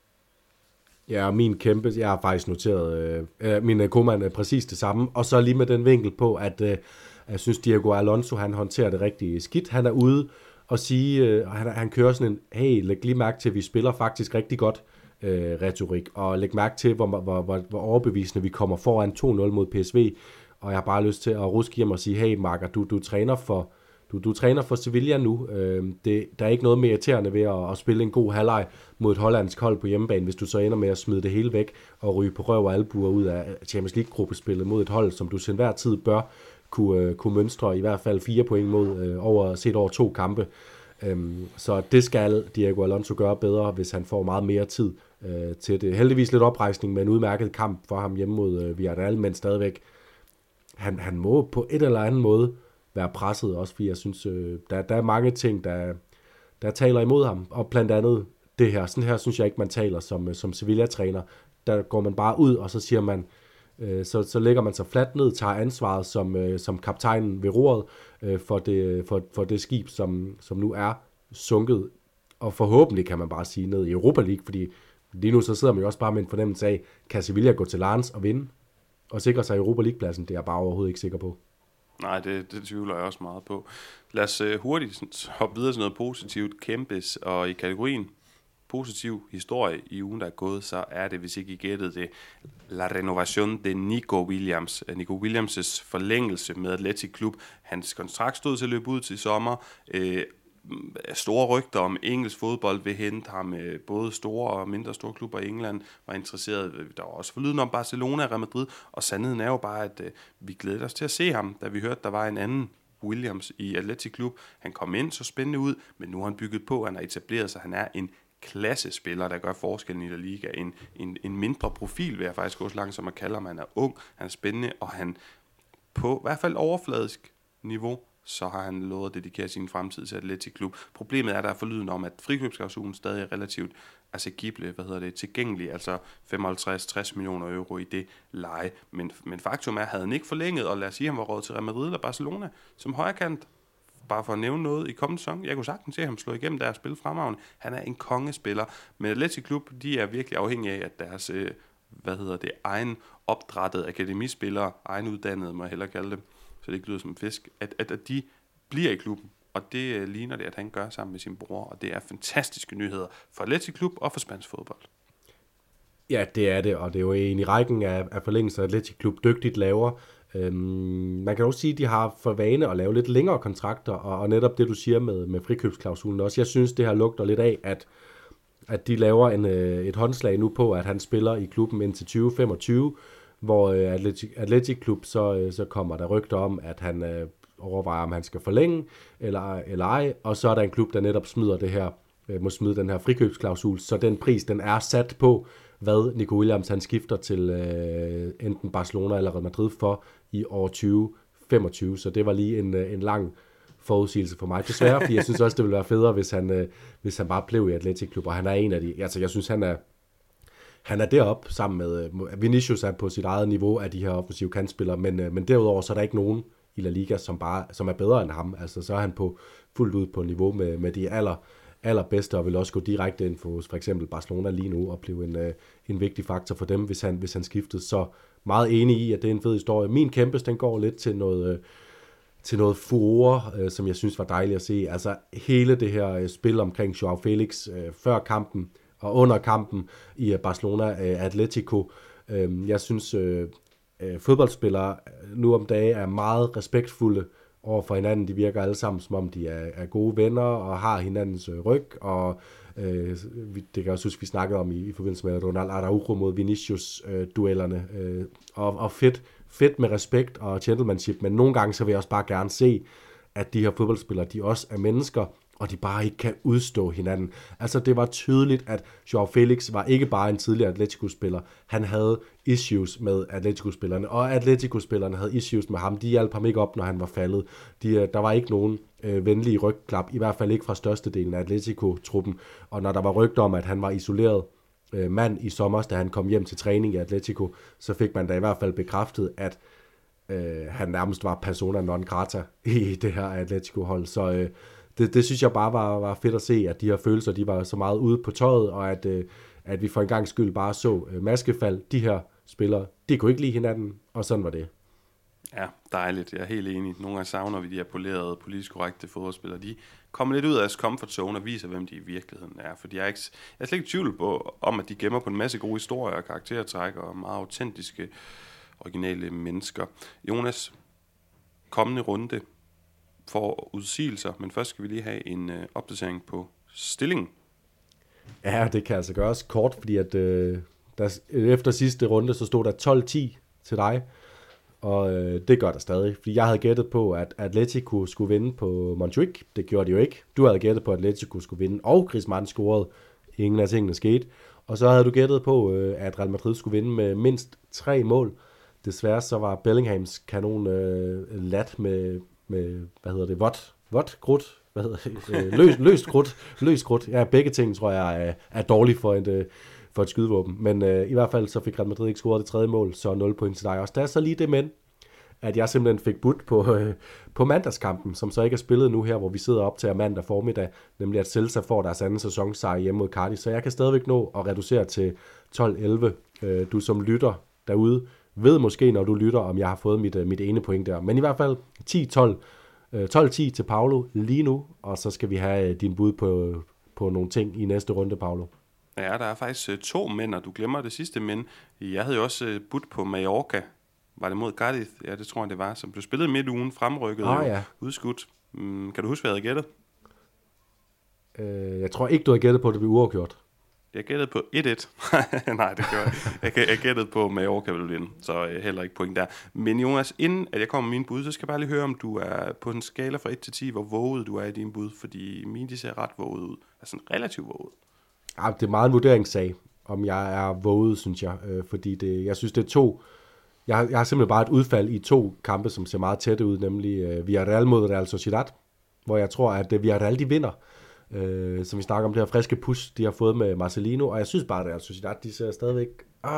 Ja, min kæmpe, jeg har faktisk noteret, min Koeman er præcis det samme, og så lige med den vinkel på, at jeg synes, Diego Alonso, han håndterer det rigtig skidt. Han er ude og sige, han kører sådan en, hey, læg lige mærke til, at vi spiller faktisk rigtig godt retorik, og læg mærke til, hvor overbevisende vi kommer foran 2-0 mod PSV, og jeg har bare lyst til at ruske hjem og sige, hey Marker, du træner for Du træner for Sevilla nu. Der er ikke noget mere irriterende ved at spille en god halvleg mod et hollandsk hold på hjemmebane, hvis du så ender med at smide det hele væk og ryge på røv og albuer ud af Champions League-gruppespillet mod et hold, som du til enhver tid bør kunne mønstre i hvert fald 4 point mod set over 2 kampe. Så det skal Diego Alonso gøre bedre, hvis han får meget mere tid til det. Heldigvis lidt oprejsning med en udmærket kamp for ham hjemme mod Villarreal, men stadigvæk han må på et eller andet måde være presset også, fordi jeg synes, der er mange ting, der taler imod ham, og blandt andet det her. Sådan her synes jeg ikke, man taler som Sevilla-træner. Der går man bare ud, og så siger man, så lægger man sig fladt ned, tager ansvaret som kaptajnen ved roret for det skib, som nu er sunket, og forhåbentlig kan man bare sige ned i Europa League, fordi lige nu så sidder man jo også bare med en fornemmelse af, kan Sevilla gå til Lens og vinde, og sikre sig Europa League-pladsen? Det er jeg bare overhovedet ikke sikker på. Nej, det tvivler jeg også meget på. Lad os hurtigt hoppe videre til noget positivt. Kempes, og i kategorien positiv historie i ugen, der er gået, så er det, hvis ikke I gættede det, La Renovación de Nico Williams. Nico Williams' forlængelse med Athletic Club. Hans kontrakt stod til at løbe ud til sommer. Store rygter om engelsk fodbold vil hente ham. Både store og mindre store klubber i England var interesseret. Der var også forlyden om Barcelona og Real Madrid, og sandheden er jo bare, at vi glæder os til at se ham, da vi hørte, der var en anden Williams i Athletic Club. Han kom ind så spændende ud, men nu har han bygget på, han har etableret sig, han er en klassespiller, der gør forskellen i La Liga. En mindre profil, vil jeg faktisk gå så langt som at kalde ham. Han er ung, han er spændende, og han på i hvert fald overfladisk niveau, så har han lovet at dedikere sin fremtid til Athletic Club. Problemet er, at der er forlyden om, at frikøbsklausulen stadig er relativt tilgængelig, altså 55-60 millioner euro i det leje. Men faktum er, at havde han ikke forlænget, og lad os sige, at han var råd til Real Madrid eller Barcelona som højrekant, bare for at nævne noget i kommende sæson. Jeg kunne sagtens se ham slå igennem der og spille fremragende. Han er en kongespiller. Men Athletic Club, de er virkelig afhængige af, at deres egen opdrættede akademispillere, egenuddannede, må jeg hellere kalde dem, så det ikke lyder som en fisk, at de bliver i klubben. Og det ligner det, at han gør sammen med sin bror. Og det er fantastiske nyheder for Athletic Club og for spansk fodbold. Ja, det er det, og det er jo en i rækken af forlængelser, Athletic Club dygtigt laver. Man kan også sige, at de har for vane at lave lidt længere kontrakter, og netop det, du siger med frikøbsklausulen også. Jeg synes, det her lugter lidt af, at de laver et håndslag nu på, at han spiller i klubben indtil 2025, hvor Athletic Club så kommer der rygter om, at han overvejer, om han skal forlænge eller ej, og så er der en klub, der netop må smide den her frikøbsklausul, så den pris, den er sat på, hvad Nico Williams han skifter til enten Barcelona eller Real Madrid for i år 2025, så det var lige en lang forudsigelse for mig, desværre, fordi jeg synes også, det ville være federe, hvis han bare blev i Athletic Club, og han er en af de, altså jeg synes, han han er deroppe sammen med Vinicius er på sit eget niveau af de her offensive kantspillere, men derudover så er der ikke nogen i La Liga, som er bedre end ham. Altså så er han på fuldt ud på niveau med de allerbedste, og vil også gå direkte ind for eksempel Barcelona lige nu, og blive en vigtig faktor for dem, hvis han skiftede. Så meget enig i, at det er en fed historie. Min kæmpes, den går lidt til noget furore, som jeg synes var dejligt at se. Altså hele det her spil omkring Joao Felix før kampen og under kampen i Barcelona Atletico. Jeg synes, fodboldspillere nu om dagen er meget respektfulde over for hinanden. De virker alle sammen, som om de er gode venner og har hinandens ryg, og det kan jeg også huske, vi snakkede om i forbindelse med Ronald Araujo mod Vinicius-duellerne, og fedt med respekt og gentlemanship, men nogle gange så vil jeg også bare gerne se, at de her fodboldspillere, de også er mennesker, og de bare ikke kan udstå hinanden. Altså det var tydeligt, at Joao Felix var ikke bare en tidligere Atletico-spiller, han havde issues med Atletico-spillerne, og Atletico-spillerne havde issues med ham. De hjalp ham ikke op, når han var faldet. Der var ikke nogen venlige rygklap, i hvert fald ikke fra størstedelen af Atletico-truppen, og når der var rygter om, at han var isoleret mand i sommer, da han kom hjem til træning i Atletico, så fik man da i hvert fald bekræftet, at han nærmest var persona non grata i det her Atletico-hold. Så det synes jeg bare var fedt at se, at de her følelser, de var så meget ude på tøjet, og at vi for en gang skyld bare så maskefald. De her spillere, de kunne ikke lide hinanden, og sådan var det. Ja, dejligt. Jeg er helt enig. Nogle gange savner vi de her polerede, politisk korrekte fodboldspillere. De kommer lidt ud af deres comfort zone og viser, hvem de i virkeligheden er. For jeg er slet ikke i tvivl om, at de gemmer på en masse gode historier og karaktertræk og meget autentiske, originale mennesker. Jonas, kommende runde for udsigelser, men først skal vi lige have en opdatering på stillingen. Ja, det kan altså gøres kort, fordi at efter sidste runde, så stod der 12-10 til dig, og det gør der stadig, fordi jeg havde gættet på, at Atletico skulle vinde på Montjuic. Det gjorde de jo ikke. Du havde gættet på, at Atletico skulle vinde, og Griezmann scorede. Ingen af tingene skete. Og så havde du gættet på, at Real Madrid skulle vinde med mindst 3 mål. Desværre så var Bellinghams kanon lat med hvad hedder det, vådt krudt, hvad hedder det, løst krudt. Ja, begge ting tror jeg er dårligt for et skydevåben. Men i hvert fald så fik Real Madrid ikke scoret det 3. mål, så 0 point til dig også. Der er så lige det men, at jeg simpelthen fik budt på mandagskampen, som så ikke er spillet nu her, hvor vi sidder op til mandag formiddag, nemlig at Celta får deres anden sæsonsejr hjemme mod Cardis. Så jeg kan stadigvæk nå at reducere til 12-11. Du som lytter derude ved måske, når du lytter, om jeg har fået mit ene point der. Men i hvert fald 12-10 til Paulo lige nu, og så skal vi have din bud på nogle ting i næste runde, Paulo. Ja, der er faktisk 2 mænd, og du glemmer det sidste men. Jeg havde jo også budt på Mallorca. Var det mod Cadiz? Ja, det tror jeg, det var. Som blev spillet midt ugen, fremrykket og udskudt. Kan du huske, hvad jeg havde gættet? Jeg tror ikke, du har gættet på, at det blev uafgjort. Jeg gættede på 1-1. Nej, det gør jeg. Jeg gættede på Mallorca vil vinde, så heller ikke point der. Men Jonas, inden at jeg kommer med mine bud, så skal jeg bare lige høre, om du er på en skala fra 1 til 10, hvor våget du er i dine bud, fordi mine de ser ret våget ud. Altså relativt våget. Ja, det er meget en vurderingssag, om jeg er våget, synes jeg. Fordi jeg synes, det er 2. Jeg har simpelthen bare et udfald i 2 kampe, som ser meget tætte ud, nemlig Villarreal mod Real Sociedad, hvor jeg tror, at Villarreal de vinder. Som vi snakker om det her friske push, de har fået med Marcelino, og jeg synes bare, at Real Sociedad, de ser stadigvæk,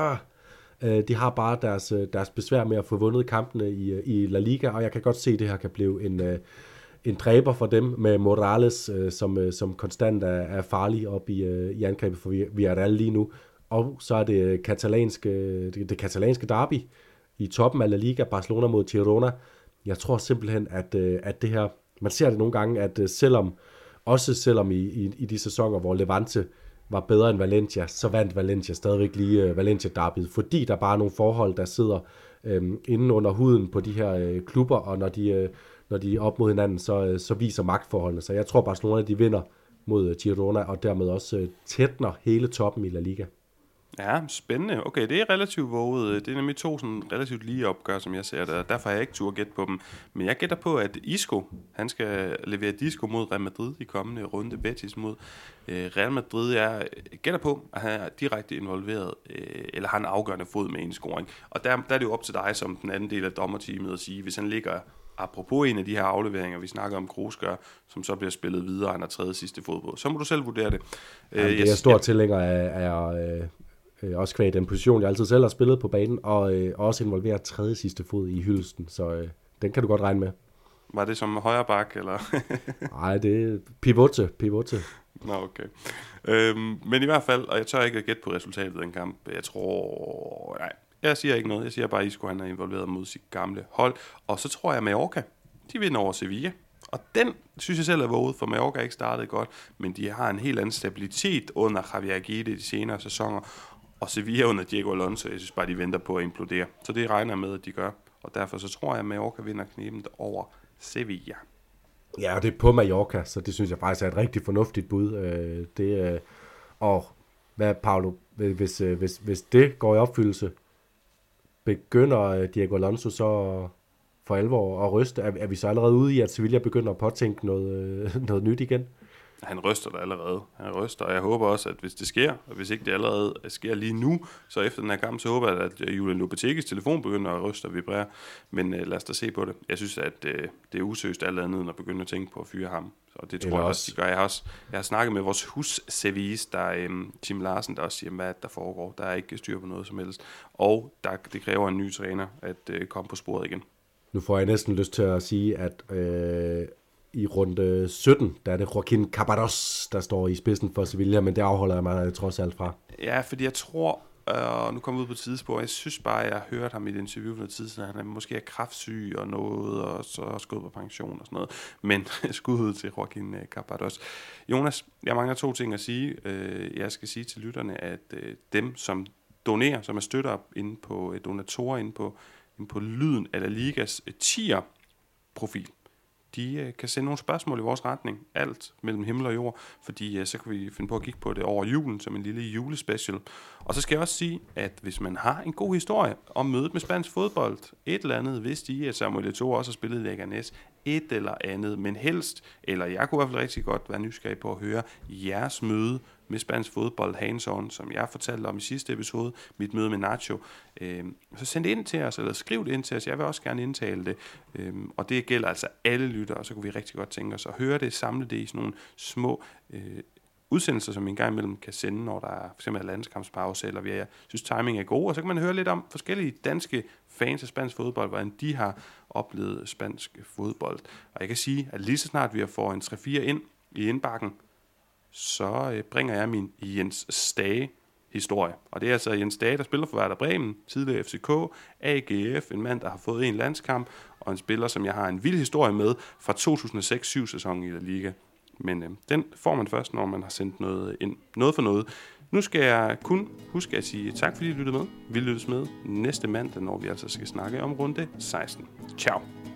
de har bare deres besvær med at få vundet kampene i La Liga, og jeg kan godt se, at det her kan blive en dræber for dem med Morales, som konstant er farlig op i angrebet for Villarreal lige nu. Og så er det katalanske derby i toppen af La Liga, Barcelona mod Girona. Jeg tror simpelthen, at det her, man ser det nogle gange, at selvom i de sæsoner, hvor Levante var bedre end Valencia, så vandt Valencia stadigvæk lige Valencia-derbyet, fordi der bare er nogle forhold, der sidder inde under huden på de her klubber, og når de er op mod hinanden, så viser magtforholdene. Så jeg tror, Barcelona de vinder mod Girona, og dermed også tætner hele toppen i La Liga. Ja, spændende. Okay, det er relativt våget. Det er nemlig 2 sådan relativt lige opgør, som jeg ser det. Derfor har jeg ikke tur at gætte på dem. Men jeg gætter på, at Isco, han skal levere disco mod Real Madrid i kommende runde. Betis mod Real Madrid. Jeg gætter på, at han er direkte involveret, eller har en afgørende fod med en scoring. Og der er det jo op til dig, som den anden del af dommerteamet, at sige, hvis han ligger apropos en af de her afleveringer, vi snakker om Kroos gør, som så bliver spillet videre, han har tredje sidste fod på. Så må du selv vurdere det. Jamen, det er stor tilhænger af Også kvæg den position, jeg altid selv har spillet på banen, og også involverer tredje sidste fod i hyldesten, så den kan du godt regne med. Var det som højre bak, eller? Nej, det er pivote. Nå, okay. Men i hvert fald, og jeg tør ikke at gætte på resultatet af den kamp. Jeg tror... Nej, jeg siger ikke noget. Jeg siger bare, at Isco han er involveret mod sit gamle hold. Og så tror jeg, at Mallorca, de vinder over Sevilla. Og den synes jeg selv er våget, for Mallorca er ikke startet godt, men de har en helt anden stabilitet under Javier Aguirre de senere sæsoner. Og Sevilla under Diego Alonso, jeg synes bare, de venter på at implodere. Så det regner jeg med, at de gør. Og derfor så tror jeg, at Mallorca vinder knebent over Sevilla. Ja, og det er på Mallorca, så det synes jeg faktisk er et rigtig fornuftigt bud. Og hvad, Paulo, hvis det går i opfyldelse, begynder Diego Alonso så for alvor at ryste? Er vi så allerede ude i, at Sevilla begynder at påtænke noget nyt igen? Han ryster der allerede. Han ryster, og jeg håber også, at hvis det sker, og hvis ikke det allerede sker lige nu, så efter den her kamp, så håber jeg, at Julian Lopetegis telefon begynder at ryste og vibrere. Men lad os da se på det. Jeg synes, at det er usøst alt andet, når begynder at tænke på at fyre ham. Og det tror jeg også, de gør. Jeg har snakket med vores husservice, der er Tim Larsen, der også siger, hvad der foregår. Der er ikke styr på noget som helst. Og det kræver en ny træner at komme på sporet igen. Nu får jeg næsten lyst til at sige, at i runde 17, der er det Joaquín Caparrós, der står i spidsen for Sevilla, men det afholder jeg mig trods alt fra. Ja, fordi jeg tror, nu kommer vi ud på tidsspor, jeg synes bare, at jeg har hørt ham i et interview for noget tid siden, at han måske er kræftsyg og noget, og så er gået på pension og sådan noget. Men skud til Joaquín Caparrós. Jonas, jeg mangler 2 ting at sige. Jeg skal sige til lytterne, at dem, som donerer, som er støtter inde på donatorer inde på Lyden af La Ligas tier-profil, de kan sende nogle spørgsmål i vores retning. Alt mellem himmel og jord. Fordi så kan vi finde på at kigge på det over julen som en lille julespecial. Og så skal jeg også sige, at hvis man har en god historie om mødet med spansk fodbold, et eller andet, hvis de at Samuel Eto'o også har spillet i Leganés, et eller andet, men helst, eller jeg kunne i hvert fald rigtig godt være nysgerrig på at høre jeres møde med spansk fodbold hands-on, som jeg fortalte om i sidste episode, mit møde med Nacho. Så send det ind til os, eller skriv det ind til os. Jeg vil også gerne indtale det. Og det gælder altså alle lyttere, og så kunne vi rigtig godt tænke os at høre det, samle det i sådan nogle små udsendelser, som vi en gang imellem kan sende, når der er for eksempel landskampspause, eller jeg synes timing er god, og så kan man høre lidt om forskellige danske fans af spansk fodbold, hvordan de har oplevet spansk fodbold. Og jeg kan sige, at lige så snart vi har fået en 3-4 ind i indbakken, så bringer jeg min Jens Stage historie. Og det er altså Jens Stage, der spiller for Werder Bremen, tidligere FCK, AGF, en mand, der har fået en landskamp, og en spiller, som jeg har en vild historie med fra 2006-7 sæsonen i La Liga. Men den får man først, når man har sendt noget ind. Noget for noget. Nu skal jeg kun huske at sige tak, fordi I lyttede med. Vi lyttes med næste mandag, når vi altså skal snakke om runde 16. Ciao.